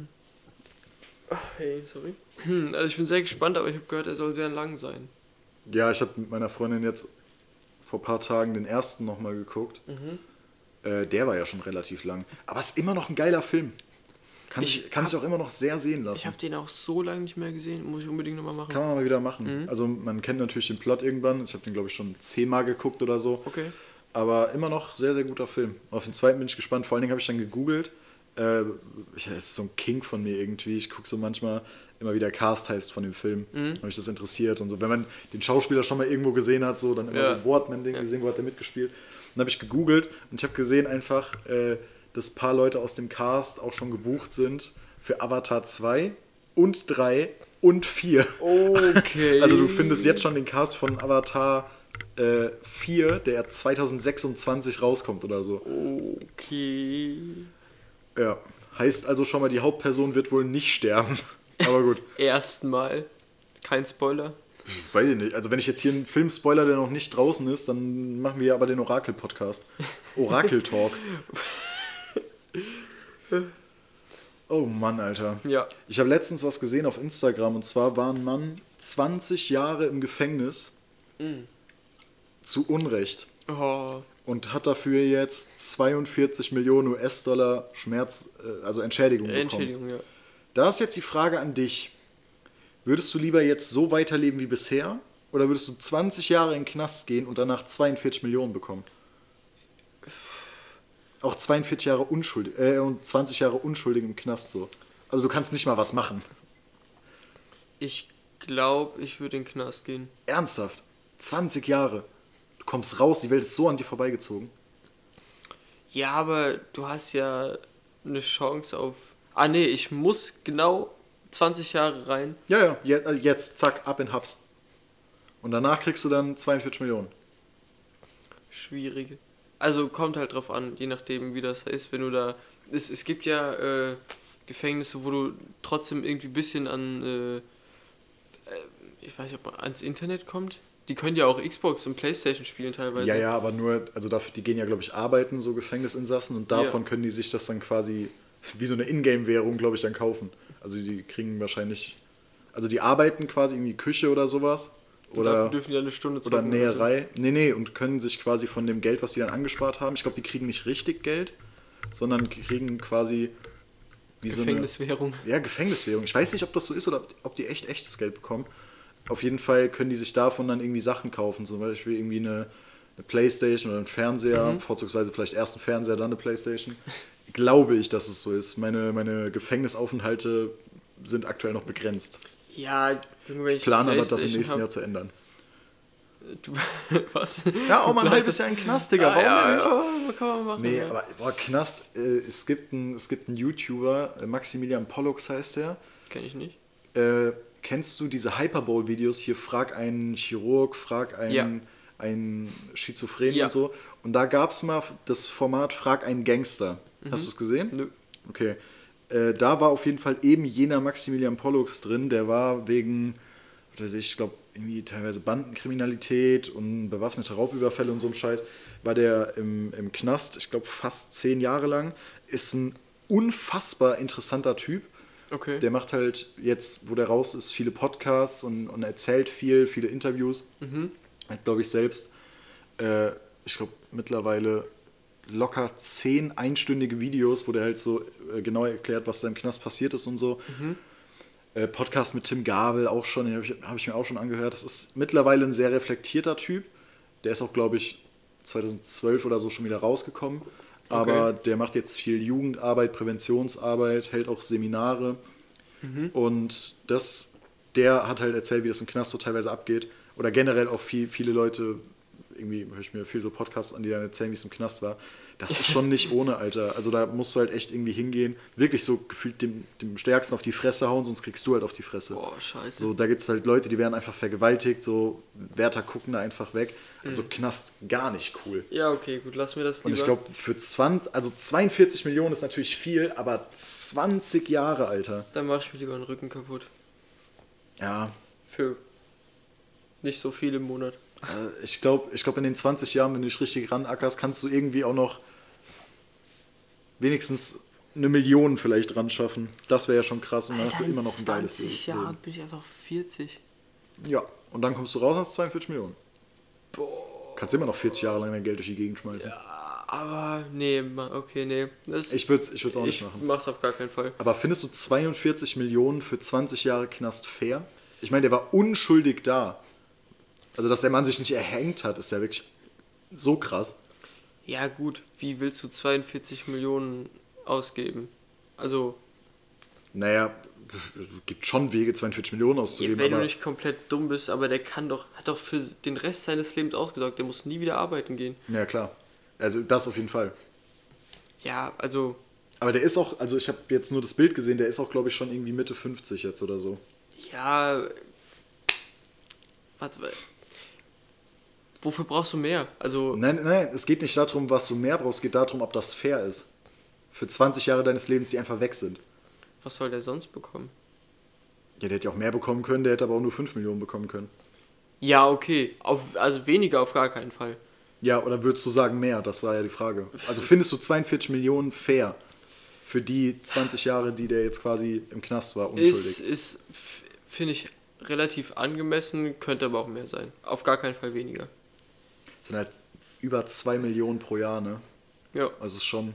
Hey, sorry. Also ich bin sehr gespannt, aber ich habe gehört, er soll sehr lang sein. Ja, ich habe mit meiner Freundin jetzt vor ein paar Tagen den ersten nochmal geguckt. Der war ja schon relativ lang. Aber es ist immer noch ein geiler Film. Kann sich auch immer noch sehr sehen lassen. Ich habe den auch so lange nicht mehr gesehen. Muss ich unbedingt nochmal machen. Kann man mal wieder machen. Also man kennt natürlich den Plot irgendwann. Ich habe den, glaube ich, schon 10-mal geguckt oder so. Okay. Aber immer noch sehr, sehr guter Film. Auf den zweiten bin ich gespannt. Vor allen Dingen habe ich dann gegoogelt, ist so ein King von mir irgendwie. Ich gucke so manchmal immer, wie der Cast heißt von dem Film, wenn mich das interessiert und so. Wenn man den Schauspieler schon mal irgendwo gesehen hat, so, dann immer so Wortmeldungen gesehen, wo hat der mitgespielt. Dann habe ich gegoogelt und ich habe gesehen einfach, dass ein paar Leute aus dem Cast auch schon gebucht sind für Avatar 2 und 3 und 4. Okay. Also du findest jetzt schon den Cast von Avatar 4, der 2026 rauskommt oder so. Okay. Ja, heißt also schon mal, die Hauptperson wird wohl nicht sterben. Aber gut. Erstmal. Kein Spoiler. Weiß ich nicht. Also wenn ich jetzt hier einen Film spoiler, der noch nicht draußen ist, dann machen wir aber den Orakel-Podcast. Orakel-Talk. Oh Mann, Alter. Ja. Ich habe letztens was gesehen auf Instagram und zwar war ein Mann 20 Jahre im Gefängnis zu Unrecht Oh. und hat dafür jetzt 42 Millionen US-Dollar also Entschädigung bekommen. Entschädigung, ja. Da ist jetzt die Frage an dich. Würdest du lieber jetzt so weiterleben wie bisher oder würdest du 20 Jahre in den Knast gehen und danach 42 Millionen bekommen? Auch 42 Jahre unschuldig und 20 Jahre unschuldig im Knast so. Also du kannst nicht mal was machen. Ich glaube, ich würde in den Knast gehen. Ernsthaft? 20 Jahre. Du kommst raus, die Welt ist so an dir vorbeigezogen. Ja, aber du hast ja eine Chance auf... Ah nee, ich muss genau 20 Jahre rein. Ja, jetzt, zack, ab in Hubs. Und danach kriegst du dann 42 Millionen. Schwierige. Also kommt halt drauf an, je nachdem wie das ist, wenn du da... Es gibt ja Gefängnisse, wo du trotzdem irgendwie ein bisschen an... ich weiß nicht, ob man ans Internet kommt. Die können ja auch Xbox und Playstation spielen teilweise. Ja, aber nur, also dafür, die gehen ja, glaube ich, arbeiten, so Gefängnisinsassen, und davon können die sich das dann quasi, wie so eine Ingame-Währung, glaube ich, dann kaufen. Also die kriegen wahrscheinlich, also die arbeiten quasi irgendwie Küche oder sowas. Oder dafür dürfen die eine Stunde oder Näherei. So. Nee, und können sich quasi von dem Geld, was die dann angespart haben, ich glaube, die kriegen nicht richtig Geld, sondern kriegen quasi wie Gefängniswährung. So eine, ja, Gefängniswährung. Ich weiß nicht, ob das so ist oder ob die echtes Geld bekommen. Auf jeden Fall können die sich davon dann irgendwie Sachen kaufen, zum Beispiel irgendwie eine Playstation oder einen Fernseher, vorzugsweise vielleicht erst einen Fernseher, dann eine Playstation. Glaube ich, dass es so ist. Meine Gefängnisaufenthalte sind aktuell noch begrenzt. Ja, wenn ich plane aber, das im nächsten Jahr zu ändern. Du, was? Ja, auch mal ein halbes Jahr in Knast, Digga. Warum nicht? Ja, kann man machen. Nee, aber boah, Knast, es gibt einen YouTuber, Maximilian Pollux heißt der. Kenn ich nicht. Kennst du diese Hyperbowl-Videos hier? Frag einen Chirurg, frag einen Schizophrenen und so. Und da gab es mal das Format Frag einen Gangster. Hast du es gesehen? Nö. Okay. Da war auf jeden Fall eben jener Maximilian Pollux drin. Der war wegen, ich glaube, irgendwie teilweise Bandenkriminalität und bewaffnete Raubüberfälle und so ein Scheiß, war der im Knast, ich glaube, fast 10 Jahre lang. Ist ein unfassbar interessanter Typ. Okay. Der macht halt jetzt, wo der raus ist, viele Podcasts und erzählt viele Interviews. Hat, glaube ich, selbst, ich glaube, mittlerweile locker 10 einstündige Videos, wo der halt so genau erklärt, was da im Knast passiert ist und so. Podcast mit Tim Gabel auch schon, den habe ich mir auch schon angehört. Das ist mittlerweile ein sehr reflektierter Typ. Der ist auch, glaube ich, 2012 oder so schon wieder rausgekommen. Aber der macht jetzt viel Jugendarbeit, Präventionsarbeit, hält auch Seminare. Und der hat halt erzählt, wie das im Knast so teilweise abgeht. Oder generell auch viele Leute, irgendwie höre ich mir viel so Podcasts an, die dann erzählen, wie es im Knast war. Das ist schon nicht ohne, Alter. Also da musst du halt echt irgendwie hingehen. Wirklich so gefühlt dem Stärksten auf die Fresse hauen, sonst kriegst du halt auf die Fresse. Boah, scheiße. So, da gibt es halt Leute, die werden einfach vergewaltigt, so Wärter gucken da einfach weg. Also Knast gar nicht cool. Ja, okay, gut, lass mir das lieber. Und ich glaube, für 42 Millionen ist natürlich viel, aber 20 Jahre, Alter. Dann mache ich mir lieber den Rücken kaputt. Ja. Für nicht so viel im Monat. Ich glaube, in den 20 Jahren, wenn du dich richtig ranackerst, kannst du irgendwie auch noch wenigstens 1 Million vielleicht ran schaffen. Das wäre ja schon krass. Und dann hast du immer noch ein geiles Leben. In 20 Jahren bin ich einfach 40. Ja, und dann kommst du raus und hast 42 Millionen. Boah. Kannst immer noch 40 Jahre lang dein Geld durch die Gegend schmeißen. Ja, aber nee, okay, nee. Ich würde es auch nicht machen. Ich mach's auf gar keinen Fall. Aber findest du 42 Millionen für 20 Jahre Knast fair? Ich meine, der war unschuldig da. Also, dass der Mann sich nicht erhängt hat, ist ja wirklich so krass. Ja gut, wie willst du 42 Millionen ausgeben? Also... Naja, gibt schon Wege, 42 Millionen auszugeben. Wenn du nicht komplett dumm bist, aber der hat doch für den Rest seines Lebens ausgesorgt. Der muss nie wieder arbeiten gehen. Ja, klar. Also das auf jeden Fall. Ja, also... Aber der ist auch, also ich habe jetzt nur das Bild gesehen, der ist auch, glaube ich, schon irgendwie Mitte 50 jetzt oder so. Ja... Wofür brauchst du mehr? Also... Nein, es geht nicht darum, was du mehr brauchst, es geht darum, ob das fair ist. Für 20 Jahre deines Lebens, die einfach weg sind. Was soll der sonst bekommen? Ja, der hätte ja auch mehr bekommen können, der hätte aber auch nur 5 Millionen bekommen können. Ja, okay. Also weniger auf gar keinen Fall. Ja, oder würdest du sagen mehr? Das war ja die Frage. Also findest du 42 Millionen fair für die 20 Jahre, die der jetzt quasi im Knast war, unschuldig? Ist finde ich, relativ angemessen, könnte aber auch mehr sein. Auf gar keinen Fall weniger. Das sind halt über 2 Millionen pro Jahr, ne? Ja. Also es ist schon...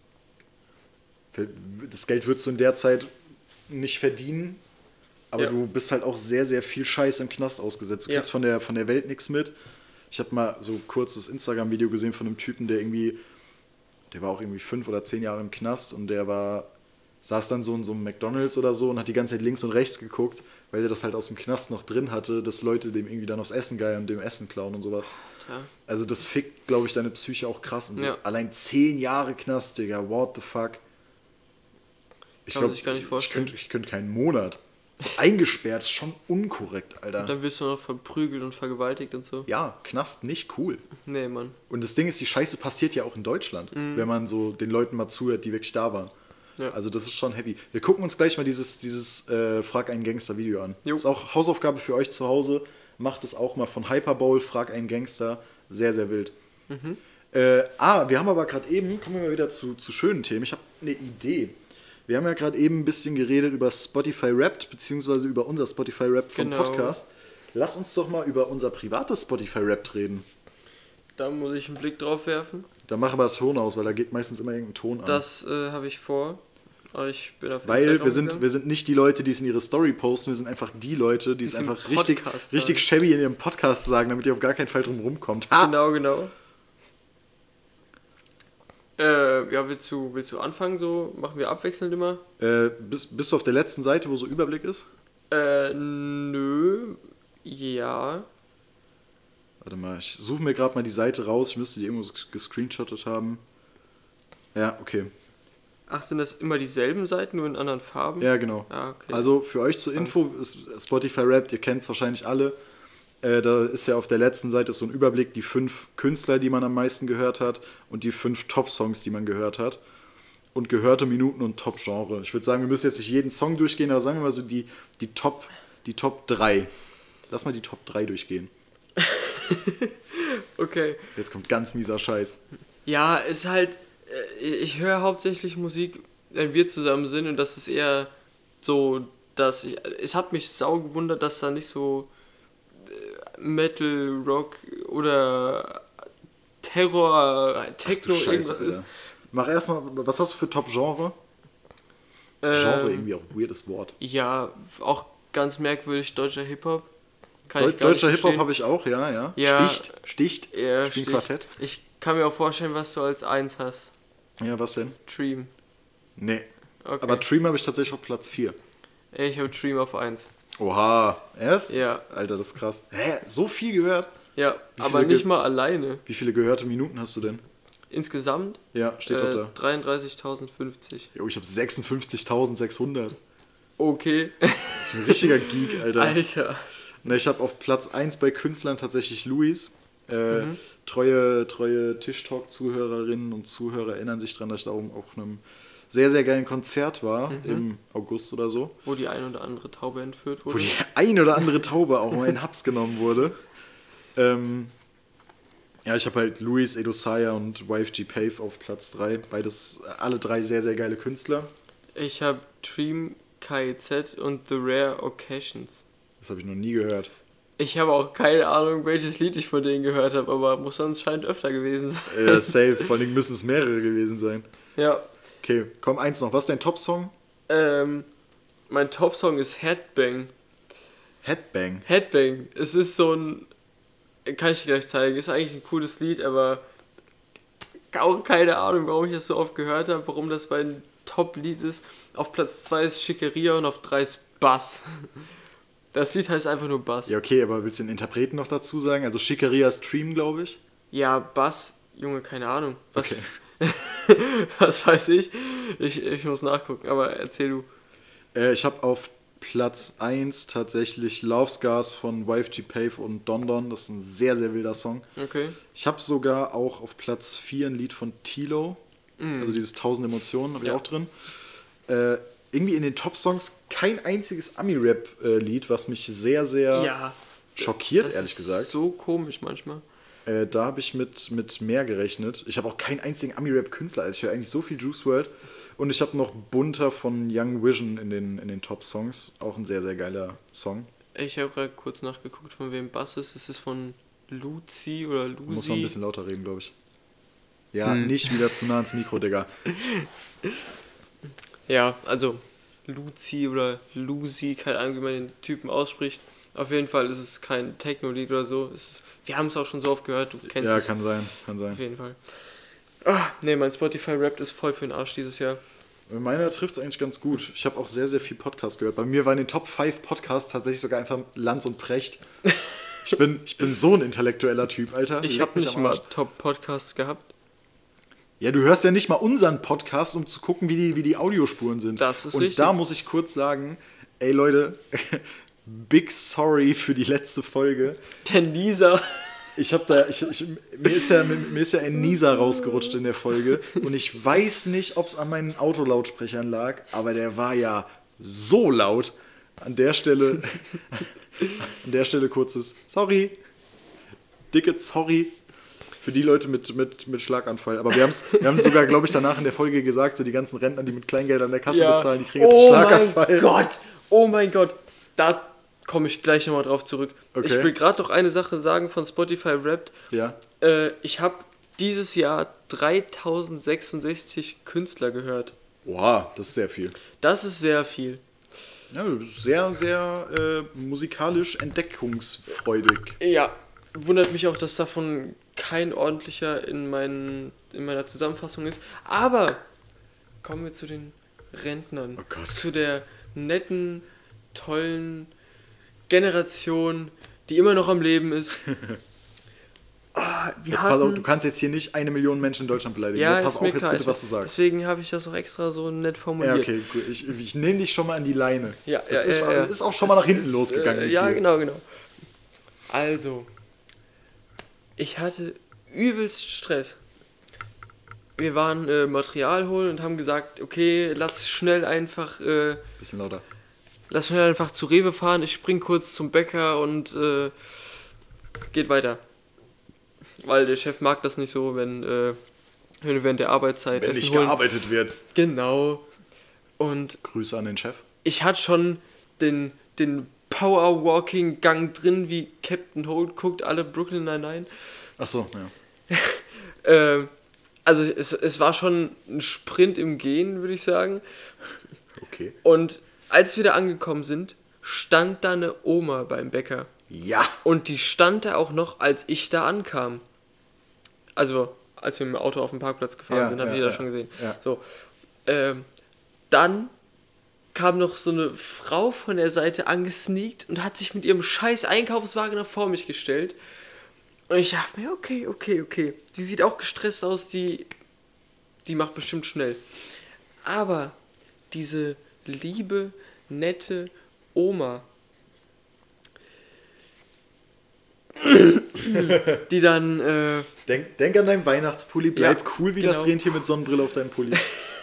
Das Geld würdest du in der Zeit nicht verdienen, aber du bist halt auch sehr, sehr viel Scheiß im Knast ausgesetzt. Du kriegst von der Welt nichts mit. Ich habe mal so ein kurzes Instagram-Video gesehen von einem Typen, der war auch irgendwie 5 oder 10 Jahre im Knast und saß dann so in so einem McDonald's oder so und hat die ganze Zeit links und rechts geguckt, weil er das halt aus dem Knast noch drin hatte, dass Leute dem irgendwie dann aufs Essen geiern und dem Essen klauen und sowas. Ja. Also das fickt, glaube ich, deine Psyche auch krass und so. Ja. Allein 10 Jahre Knast, Digga, what the fuck? Ich glaube, ich könnte keinen Monat. So eingesperrt ist schon unkorrekt, Alter. Und dann wirst du noch verprügelt und vergewaltigt und so. Ja, Knast nicht cool. Nee, Mann. Und das Ding ist, die Scheiße passiert ja auch in Deutschland, wenn man so den Leuten mal zuhört, die wirklich da waren. Ja. Also das ist schon heavy. Wir gucken uns gleich mal dieses Frag einen Gangster-Video an. Jo. Ist auch Hausaufgabe für euch zu Hause. Macht es auch mal von Hyperbowl, Frag einen Gangster. Sehr, sehr wild. Mhm. Wir haben aber gerade eben, kommen wir mal wieder zu schönen Themen. Ich habe eine Idee. Wir haben ja gerade eben ein bisschen geredet über Spotify Wrapped, beziehungsweise über unser Spotify Wrapped vom Podcast. Lass uns doch mal über unser privates Spotify Wrapped reden. Da muss ich einen Blick drauf werfen. Da mach aber Ton aus, weil da geht meistens immer irgendein Ton an. Das habe ich vor. Aber ich bin auf weil wir sind nicht die Leute, die es in ihre Story posten, wir sind einfach die Leute, die es einfach richtig shabby in ihrem Podcast sagen, damit ihr auf gar keinen Fall drum rumkommt. Ha! Genau. Willst du anfangen so? Machen wir abwechselnd immer? Bist du auf der letzten Seite, wo so Überblick ist? Nö. Ja. Warte mal, ich suche mir gerade mal die Seite raus. Ich müsste die irgendwo gescreenshottet haben. Ja, okay. Ach, sind das immer dieselben Seiten, nur in anderen Farben? Ja, genau. Ah, okay. Also für euch zur Info, Spotify Wrapped, ihr kennt es wahrscheinlich alle. Da ist ja auf der letzten Seite so ein Überblick, die 5 Künstler, die man am meisten gehört hat und die 5 Top-Songs, die man gehört hat. Und gehörte Minuten und Top-Genre. Ich würde sagen, wir müssen jetzt nicht jeden Song durchgehen, aber sagen wir mal so die Top 3. Lass mal die Top 3 durchgehen. Okay. Jetzt kommt ganz mieser Scheiß. Ja, ist halt, ich höre hauptsächlich Musik, wenn wir zusammen sind und das ist eher so, dass es hat mich sau gewundert, dass da nicht so Metal, Rock oder Terror, Techno, irgendwas ist. Alter. Mach erstmal, was hast du für Top-Genre? Genre irgendwie auch ein weirdes Wort. Ja, auch ganz merkwürdig, deutscher Hip-Hop. Deutscher Hip-Hop habe ich auch, ja. Sticht. Ja, Spiel Quartett. Ich kann mir auch vorstellen, was du als 1 hast. Ja, was denn? Dream. Nee. Okay. Aber Dream habe ich tatsächlich auf Platz 4. Ich habe Dream auf 1. Oha, erst? Ja. Alter, das ist krass. Hä, so viel gehört? Ja, aber nicht mal alleine. Wie viele gehörte Minuten hast du denn? Insgesamt? Ja, steht doch da. 33.050. Jo, ich habe 56.600. Okay. Ich bin ein richtiger Geek, Alter. Alter. Na, ich habe auf Platz 1 bei Künstlern tatsächlich Luis. Treue Tischtalk-Zuhörerinnen und Zuhörer erinnern sich daran, dass ich da oben auch einem sehr, sehr geilen Konzert war, im August oder so. Wo die ein oder andere Taube entführt wurde. Wo die ein oder andere Taube auch mal in Haps genommen wurde. Ja, ich habe halt Luis, Edosaya und YFG Pave auf Platz 3. Alle drei sehr, sehr geile Künstler. Ich habe Dream, KIZ und The Rare Occasions. Das habe ich noch nie gehört. Ich habe auch keine Ahnung, welches Lied ich von denen gehört habe, aber muss anscheinend öfter gewesen sein. Ja, safe. Vor allem müssen es mehrere gewesen sein. Ja. Okay, komm, eins noch. Was ist dein Top-Song? Mein Top-Song ist Headbang. Headbang? Headbang. Es ist so ein... Kann ich dir gleich zeigen. Ist eigentlich ein cooles Lied, aber auch keine Ahnung, warum ich das so oft gehört habe, warum das bei den Top-Lied ist. Auf Platz 2 ist Schickeria und auf 3 ist Bass. Das Lied heißt einfach nur Bass. Ja, okay, aber willst du den Interpreten noch dazu sagen? Also Schickeria Stream, glaube ich. Ja, Bass, Junge, keine Ahnung. Okay. Was weiß ich? Ich muss nachgucken, aber erzähl du. Ich habe auf Platz 1 tatsächlich Love Scars von YFG Pave und Don Don. Das ist ein sehr, sehr wilder Song. Okay. Ich habe sogar auch auf Platz 4 ein Lied von Tilo. Also dieses 1000 Emotionen habe ich auch drin. Irgendwie in den Top-Songs kein einziges Ami-Rap-Lied, was mich sehr, sehr schockiert, ehrlich gesagt. Das ist so komisch manchmal. Da habe ich mit mehr gerechnet. Ich habe auch keinen einzigen Ami-Rap-Künstler. Also ich höre eigentlich so viel Juice WRLD. Und ich habe noch Bunter von Young Vision in den Top-Songs. Auch ein sehr, sehr geiler Song. Ich habe gerade kurz nachgeguckt, von wem Bass ist. Ist es von Luzi oder Luzi? Muss man ein bisschen lauter reden, glaube ich. Ja, nicht wieder zu nah ans Mikro, Digga. Ja, also Luzi oder Luzi, keine Ahnung, wie man den Typen ausspricht. Auf jeden Fall ist es kein Techno-Lied oder so. Wir haben es auch schon so oft gehört, du kennst es. Ja, kann sein. Auf jeden Fall. Nee, mein Spotify-Rap ist voll für den Arsch dieses Jahr. Meiner trifft es eigentlich ganz gut. Ich habe auch sehr, sehr viel Podcast gehört. Bei mir waren in den Top 5 Podcasts tatsächlich sogar einfach Lanz und Precht. Ich bin so ein intellektueller Typ, Alter. Ich habe nicht mal Top-Podcasts gehabt. Ja, du hörst ja nicht mal unseren Podcast, um zu gucken, wie die Audiospuren sind. Das ist und richtig. Da muss ich kurz sagen, ey Leute, big sorry für die letzte Folge. Der Nieser. Mir ist ja ein Nieser rausgerutscht in der Folge und ich weiß nicht, ob es an meinen Autolautsprechern lag, aber der war ja so laut. An der Stelle kurzes Sorry. Dicke Sorry für die Leute mit Schlaganfall. Aber wir haben es sogar, glaube ich, danach in der Folge gesagt, so die ganzen Rentner, die mit Kleingeld an der Kasse bezahlen, die kriegen jetzt Schlaganfall. Oh mein Gott, da komme ich gleich nochmal drauf zurück. Okay. Ich will gerade noch eine Sache sagen von Spotify Wrapped. Ja. Ich habe dieses Jahr 3066 Künstler gehört. Wow, das ist sehr viel. Das ist sehr viel. Ja, sehr, sehr musikalisch entdeckungsfreudig. Ja, wundert mich auch, dass davon kein ordentlicher in meiner Zusammenfassung ist. Aber kommen wir zu den Rentnern. Oh Gott. Zu der netten, tollen Generation, die immer noch am Leben ist. Pass auf, du kannst jetzt hier nicht 1 Million Menschen in Deutschland beleidigen. Ja, pass auf jetzt bitte, was du sagst. Deswegen habe ich das auch extra so nett formuliert. Ja, okay, gut. Ich nehme dich schon mal an die Leine. Ja, das ist auch schon mal nach hinten losgegangen. Ja, genau. Also, ich hatte übelst Stress. Wir waren Material holen und haben gesagt, okay, lass schnell einfach... Bisschen lauter. Lass schnell einfach zu Rewe fahren, ich spring kurz zum Bäcker und geht weiter. Weil der Chef mag das nicht so, wenn wir während der Arbeitszeit Wenn nicht gearbeitet wird. Genau. Und Grüße an den Chef. Ich hatte schon den Power-Walking-Gang drin, wie Captain Holt guckt alle Brooklyn Nine-Nine. Ach so, ja. Also es war schon ein Sprint im Gehen, würde ich sagen. Okay. Und als wir da angekommen sind, stand da eine Oma beim Bäcker. Ja. Und die stand da auch noch, als ich da ankam. Also, als wir mit dem Auto auf dem Parkplatz gefahren sind, habe ich das schon gesehen. Ja. So, dann kam noch so eine Frau von der Seite angesneakt und hat sich mit ihrem scheiß Einkaufswagen nach vor mich gestellt. Und ich dachte mir, okay. Die sieht auch gestresst aus, die macht bestimmt schnell. Aber diese liebe, nette Oma, die dann... Denk an deinen Weihnachtspulli, bleib cool wie das Rentier mit Sonnenbrille auf deinem Pulli.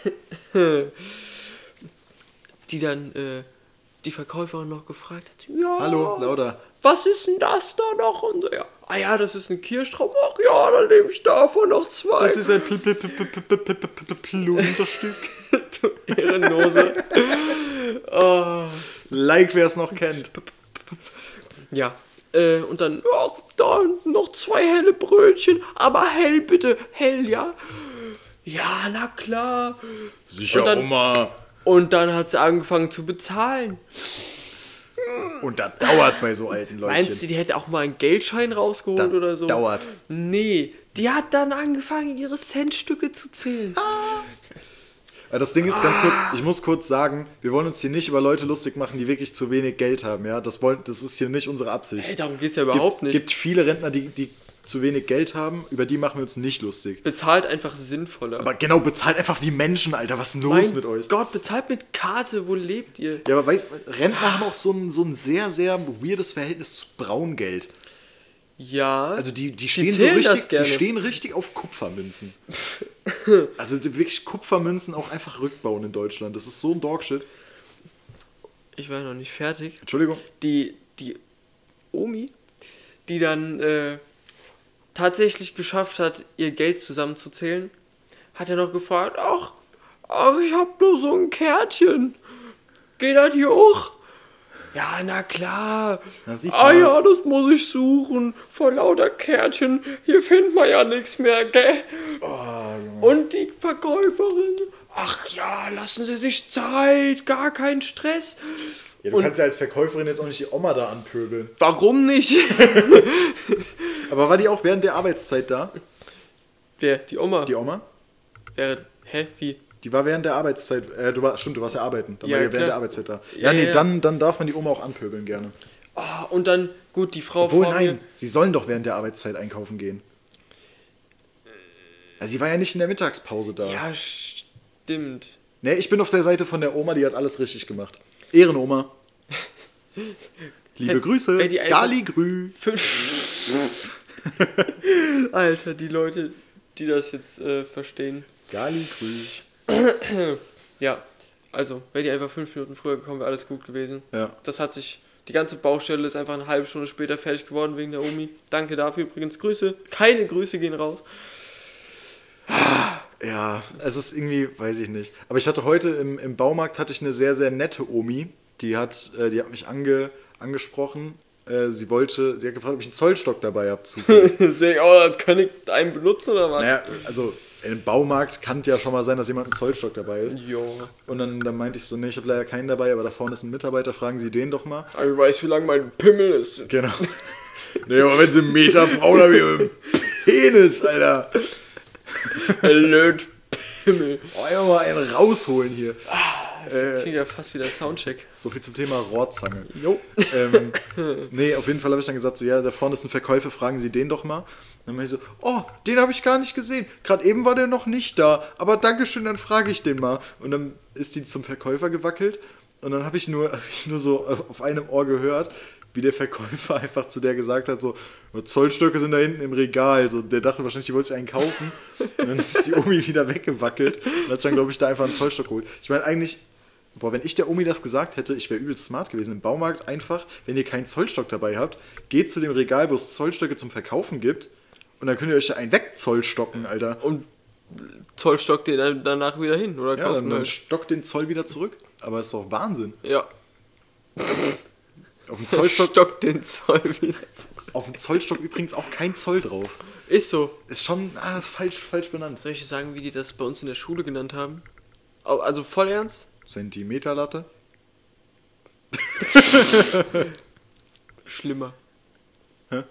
Die dann die Verkäuferin noch gefragt hat, ja, hallo, Lauda. Was ist denn das da noch? Und so, ja, das ist ein Kirschtraum. Ach ja, dann nehme ich davon noch 2. Das ist ein Plunderstück. Du Ehrenlose. Like, wer es noch kennt. Ja, und dann, da noch 2 helle Brötchen, aber hell bitte, hell, ja? Ja, na klar. Sicher, dann, Oma. Und dann hat sie angefangen zu bezahlen. Und das dauert bei so alten Leuten. Meinst du, die hätte auch mal einen Geldschein rausgeholt das oder so? Dauert. Nee, die hat dann angefangen, ihre Centstücke zu zählen. Das Ding ist ganz kurz, ich muss kurz sagen, wir wollen uns hier nicht über Leute lustig machen, die wirklich zu wenig Geld haben. Ja? Das ist hier nicht unsere Absicht. Hey, darum geht es ja überhaupt nicht. Es gibt viele Rentner, die zu wenig Geld haben, über die machen wir uns nicht lustig. Bezahlt einfach sinnvoller. Aber genau, bezahlt einfach wie Menschen, Alter. Was ist denn los mit euch? Gott, bezahlt mit Karte, wo lebt ihr? Ja, aber Rentner haben auch so ein sehr, sehr weirdes Verhältnis zu Braungeld. Ja. Also die stehen so richtig, die stehen richtig auf Kupfermünzen. Also wirklich Kupfermünzen auch einfach rückbauen in Deutschland. Das ist so ein Dogshit. Ich war noch nicht fertig. Entschuldigung. Die Omi, die dann tatsächlich geschafft hat, ihr Geld zusammenzuzählen, hat er noch gefragt, ach, ich hab nur so ein Kärtchen. Geht das hier auch? Ja, na klar. Ja, das muss ich suchen. Vor lauter Kärtchen. Hier findet man ja nichts mehr, gell? Und die Verkäuferin, ach ja, lassen Sie sich Zeit, gar kein Stress. Ja, du kannst ja als Verkäuferin jetzt auch nicht die Oma da anpöbeln. Warum nicht? Aber war die auch während der Arbeitszeit da? Wer? Die Oma? Die Oma? Wie? Die war während der Arbeitszeit, du warst ja arbeiten, da war ja während der Arbeitszeit da. Ja. Dann darf man die Oma auch anpöbeln, gerne. Oh, und dann, gut, die Frau Obwohl, nein, sie sollen doch während der Arbeitszeit einkaufen gehen. Also sie war ja nicht in der Mittagspause da. Ja, stimmt. Ne, ich bin auf der Seite von der Oma, die hat alles richtig gemacht. Ehrenoma. Liebe Grüße. Galigrü. Alter, die Leute, die das jetzt verstehen. Galigrü. Ja, also, wäre die einfach 5 Minuten früher gekommen, wäre alles gut gewesen. Ja. Das hat sich, die ganze Baustelle ist einfach eine halbe Stunde später fertig geworden wegen der Omi. Danke dafür übrigens, Grüße. Keine Grüße gehen raus. Ja, es ist irgendwie, weiß ich nicht. Aber ich hatte heute im Baumarkt hatte ich eine sehr, sehr nette Omi. Die hat mich angesprochen. Sie hat gefragt, ob ich einen Zollstock dabei habe. Sehe ich auch, als kann ich einen benutzen oder was? Naja, also im Baumarkt kann es ja schon mal sein, dass jemand einen Zollstock dabei ist. Jo. Und dann meinte ich so, nee, ich habe leider keinen dabei, aber da vorne ist ein Mitarbeiter, fragen Sie den doch mal. Aber ich weiß, wie lang mein Pimmel ist. Genau. Nee, aber wenn Sie einen Meter brauchen, wie ein Penis, Alter. Löt Pimmel. Oh, einfach mal einen rausholen hier. Das klingt ja fast wie der Soundcheck. So viel zum Thema Rohrzange. Jo. Nee, auf jeden Fall habe ich dann gesagt, so, ja, da vorne ist ein Verkäufer, fragen Sie den doch mal. Dann meinte ich so, oh, den habe ich gar nicht gesehen. Gerade eben war der noch nicht da. Aber Dankeschön, dann frage ich den mal. Und dann ist die zum Verkäufer gewackelt. Und dann habe ich nur so auf einem Ohr gehört, wie der Verkäufer einfach zu der gesagt hat, so, Zollstöcke sind da hinten im Regal. So, der dachte wahrscheinlich, die wollte sich einen kaufen. Und dann ist die Omi wieder weggewackelt. Und hat dann, glaube ich, da einfach einen Zollstock geholt. Ich meine, eigentlich, wenn ich der Omi das gesagt hätte, ich wäre übelst smart gewesen. Im Baumarkt einfach, wenn ihr keinen Zollstock dabei habt, geht zu dem Regal, wo es Zollstöcke zum Verkaufen gibt. Und dann könnt ihr euch da einen wegzollstocken, Alter. Und Zollstock den dann danach wieder hin, oder? Ja, dann stockt den Zoll wieder zurück. Aber ist doch Wahnsinn. Ja. Auf dem Zollstock stockt den Zoll wieder zurück. Auf dem Zollstock übrigens auch kein Zoll drauf. Ist so. Ist schon, ist falsch benannt. Soll ich sagen, wie die das bei uns in der Schule genannt haben? Also voll ernst? Zentimeterlatte? Schlimmer. Hä?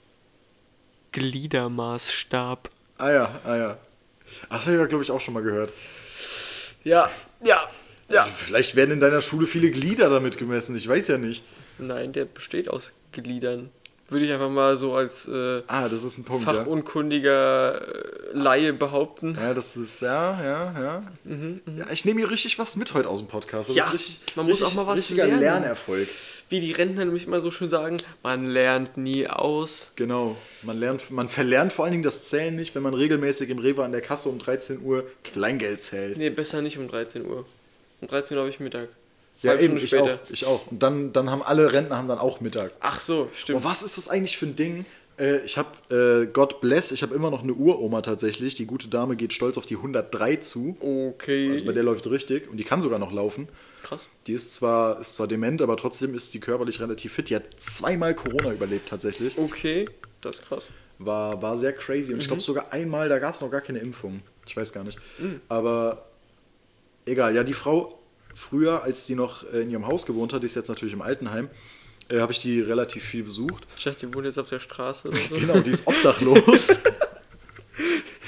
Gliedermaßstab. Ah ja. Das habe ich, glaube ich, auch schon mal gehört. Ja. Also vielleicht werden in deiner Schule viele Glieder damit gemessen, ich weiß ja nicht. Nein, der besteht aus Gliedern. Würde ich einfach mal so als das ist ein Punkt, fachunkundiger Laie behaupten. Ja, das ist, ja. Ja, ich nehme hier richtig was mit heute aus dem Podcast. Das ist richtig, man muss auch mal was richtiger lernen. Lernerfolg. Wie die Rentner nämlich immer so schön sagen, man lernt nie aus. Genau, man verlernt vor allen Dingen das Zählen nicht, wenn man regelmäßig im Rewe an der Kasse um 13 Uhr Kleingeld zählt. Nee, besser nicht um 13 Uhr. Um 13 Uhr habe ich Mittag. Ja, eben, ich auch. Und dann haben alle Rentner dann auch Mittag. Ach so, stimmt. Und was ist das eigentlich für ein Ding? Ich habe, God bless, ich habe immer noch eine Uroma tatsächlich. Die gute Dame geht stolz auf die 103 zu. Okay. Also bei der läuft richtig und die kann sogar noch laufen. Krass. Die ist zwar dement, aber trotzdem ist die körperlich relativ fit. Die hat 2-mal Corona überlebt tatsächlich. Okay, das ist krass. War sehr crazy. Und ich glaube sogar einmal, da gab es noch gar keine Impfung. Ich weiß gar nicht. Aber egal, ja, die Frau... Früher, als die noch in ihrem Haus gewohnt hat, die ist jetzt natürlich im Altenheim, habe ich die relativ viel besucht. Ich dachte, die wohnt jetzt auf der Straße oder so. Genau, die ist obdachlos.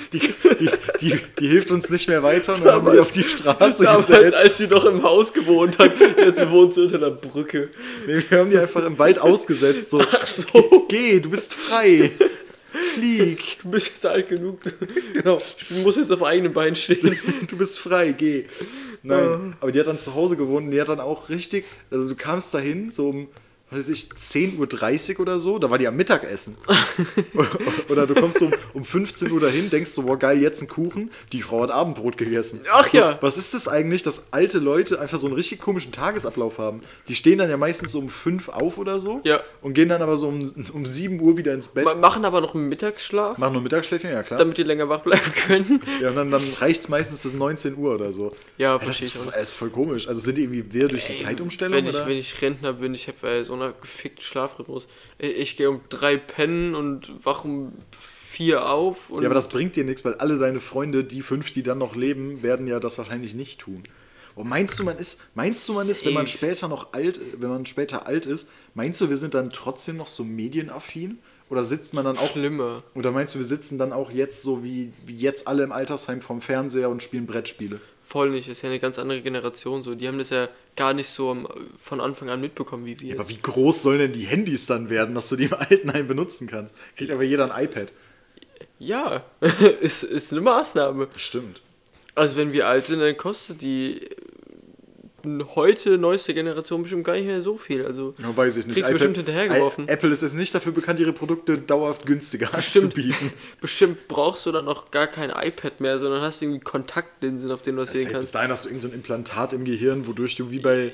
die hilft uns nicht mehr weiter und dann haben wir auf die Straße gesetzt. Als sie noch im Haus gewohnt hat, jetzt wohnt sie unter der Brücke. Nee, wir haben die einfach im Wald ausgesetzt. So, ach so. Geh, du bist frei. Flieg. Du bist jetzt alt genug. Genau. Du musst jetzt auf eigenen Beinen stehen. Du bist frei, geh. Nein, aber die hat dann zu Hause gewohnt und die hat dann auch richtig, also du kamst dahin so um, weiß ich, 10:30 Uhr oder so, da war die am Mittagessen. Oder du kommst so um 15 Uhr dahin, denkst so, boah geil, jetzt ein Kuchen, die Frau hat Abendbrot gegessen. Ach so, ja. Was ist das eigentlich, dass alte Leute einfach so einen richtig komischen Tagesablauf haben? Die stehen dann ja meistens so um 5 auf oder so und gehen dann aber so um 7 Uhr wieder ins Bett. Machen aber noch einen Mittagsschlaf. Machen nur Mittagsschläfchen, ja klar. Damit die länger wach bleiben können. Ja, und dann reicht es meistens bis 19 Uhr oder so. Ja, verstehe ich auch. Das ist voll komisch. Also sind die irgendwie wir durch die Zeitumstellung? Wenn ich Rentner bin, ich habe so einer gefickten Schlafrhythmus. Ich gehe um 3 pennen und wach um 4 auf. Und ja, aber das bringt dir nichts, weil alle deine Freunde, die 5, die dann noch leben, werden ja das wahrscheinlich nicht tun. Und meinst du, man ist, wenn man später alt ist, meinst du, wir sind dann trotzdem noch so medienaffin? Oder sitzt man dann auch... Schlimmer. Oder meinst du, wir sitzen dann auch jetzt so wie jetzt alle im Altersheim vorm Fernseher und spielen Brettspiele? Voll nicht, das ist ja eine ganz andere Generation so. Die haben das ja gar nicht so von Anfang an mitbekommen wie wir. Ja, aber wie groß sollen denn die Handys dann werden, dass du die im Altenheim benutzen kannst? Kriegt aber jeder ein iPad. Ja, ist eine Maßnahme. Das stimmt. Also wenn wir alt sind, dann kostet die heute neueste Generation bestimmt gar nicht mehr so viel. Also ja, weiß ich nicht. Kriegst bestimmt hinterhergeworfen. Apple ist jetzt nicht dafür bekannt, ihre Produkte dauerhaft günstiger anzubieten. Bestimmt brauchst du dann auch gar kein iPad mehr, sondern hast irgendwie Kontaktlinsen, auf denen du das sehen kannst. Bis dahin hast du irgendein so Implantat im Gehirn, wodurch du wie bei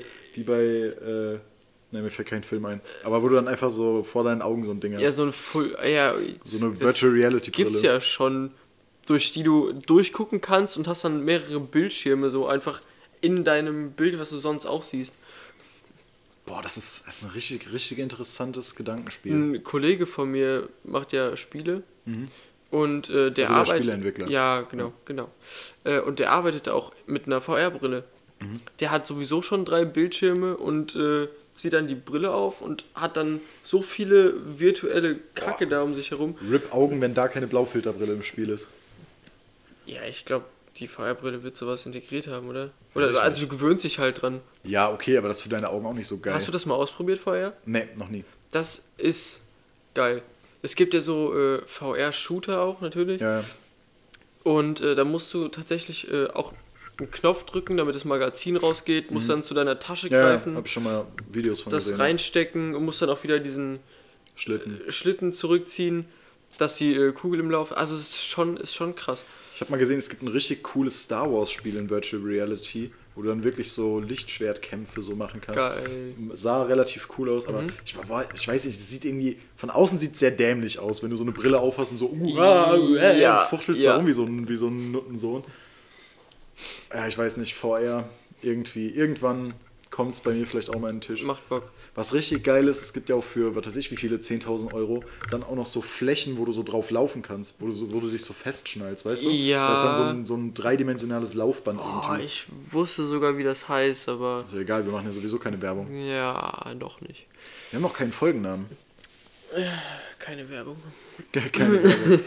mir fällt kein Film ein, aber wo du dann einfach so vor deinen Augen so ein Ding hast. Ja, so eine Virtual Reality Brille. Gibt's ja schon, durch die du durchgucken kannst und hast dann mehrere Bildschirme so einfach in deinem Bild, was du sonst auch siehst. Boah, das ist ein richtig, richtig interessantes Gedankenspiel. Ein Kollege von mir macht ja Spiele und der arbeitet... Spieleentwickler. Ja, genau. Und der arbeitet auch mit einer VR-Brille. Der hat sowieso schon 3 Bildschirme und zieht dann die Brille auf und hat dann so viele virtuelle Kacke da um sich herum. RIP Augen, wenn da keine Blaufilterbrille im Spiel ist. Ja, ich glaube, die VR-Brille wird sowas integriert haben, oder? Also du gewöhnst dich halt dran. Ja, okay, aber das ist für deine Augen auch nicht so geil. Hast du das mal ausprobiert vorher? Nee, noch nie. Das ist geil. Es gibt ja so VR-Shooter auch natürlich. Ja. Und da musst du tatsächlich auch einen Knopf drücken, damit das Magazin rausgeht, musst dann zu deiner Tasche greifen. Ja, hab ich schon mal Videos von gesehen. Das reinstecken und musst dann auch wieder diesen Schlitten zurückziehen, dass die Kugel im Lauf... Also es ist schon krass. Ich habe mal gesehen, es gibt ein richtig cooles Star Wars Spiel in Virtual Reality, wo du dann wirklich so Lichtschwertkämpfe so machen kannst. Geil. Sah relativ cool aus, aber ich weiß nicht, es sieht irgendwie, von außen sieht es sehr dämlich aus, wenn du so eine Brille aufhast und so fuchtelst da rum wie so ein Nuttensohn. Ja, ich weiß nicht, VR irgendwann kommt es bei mir vielleicht auch mal in den Tisch. Macht Bock. Was richtig geil ist, es gibt ja auch für, was weiß ich, wie viele, 10.000 Euro, dann auch noch so Flächen, wo du so drauf laufen kannst, wo du dich so festschnallst, weißt du? Ja. Das ist dann so ein dreidimensionales Laufband irgendwie. Ich wusste sogar, wie das heißt, aber... Ist ja egal, wir machen ja sowieso keine Werbung. Ja, doch nicht. Wir haben noch keinen Folgennamen. Keine Werbung. Keine Werbung.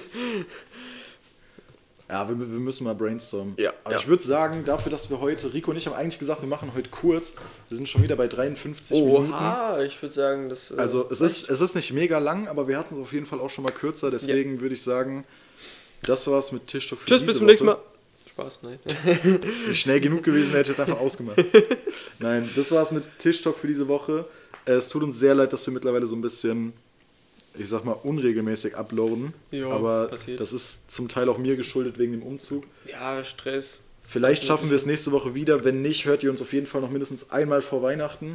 Ja, wir müssen mal brainstormen. Ja. Aber ich würde sagen, dafür, dass wir heute, Rico und ich haben eigentlich gesagt, wir machen heute kurz. Wir sind schon wieder bei 53 Minuten. Ich würde sagen, das... Also es ist nicht mega lang, aber wir hatten es auf jeden Fall auch schon mal kürzer. Deswegen würde ich sagen, das war's mit Tischtalk für Tschüss, diese bis zum Woche. nächsten Mal. Spaß, nein. Nicht schnell genug gewesen, wäre ich jetzt einfach ausgemacht. Nein, das war's mit Tischtalk für diese Woche. Es tut uns sehr leid, dass wir mittlerweile so ein bisschen, ich sag mal, unregelmäßig uploaden. Jo, aber passiert. Das ist zum Teil auch mir geschuldet wegen dem Umzug. Ja, Stress. Vielleicht schaffen wir es nächste Woche wieder. Wenn nicht, hört ihr uns auf jeden Fall noch mindestens einmal vor Weihnachten.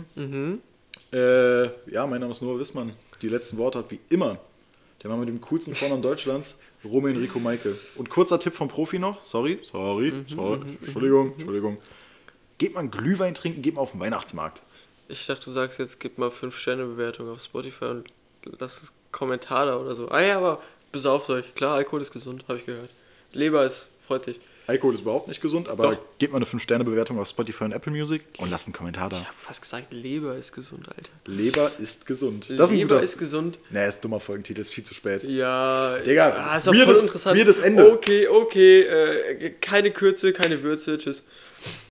Mein Name ist Noah Wissmann. Die letzten Worte hat wie immer der Mann mit dem coolsten Vornamen Deutschlands, Romy Enrico Meike. Und kurzer Tipp vom Profi noch. Entschuldigung. Geht mal einen Glühwein trinken, geht mal auf den Weihnachtsmarkt. Ich dachte, du sagst jetzt, gib mal 5-Sterne-Bewertung auf Spotify und lass Kommentar da oder so. Ja, aber besauft euch. Klar, Alkohol ist gesund, habe ich gehört. Leber freut dich. Alkohol ist überhaupt nicht gesund, aber gebt mal eine 5-Sterne-Bewertung auf Spotify und Apple Music und lasst einen Kommentar da. Ich habe fast gesagt, Leber ist gesund, Alter. Leber ist gesund. Leber ist gesund. Nee, ist ein dummer Folgentitel, ist viel zu spät. Ja, Digga, ist auch voll interessant. Mir das Ende. Okay, keine Kürze, keine Würze, tschüss.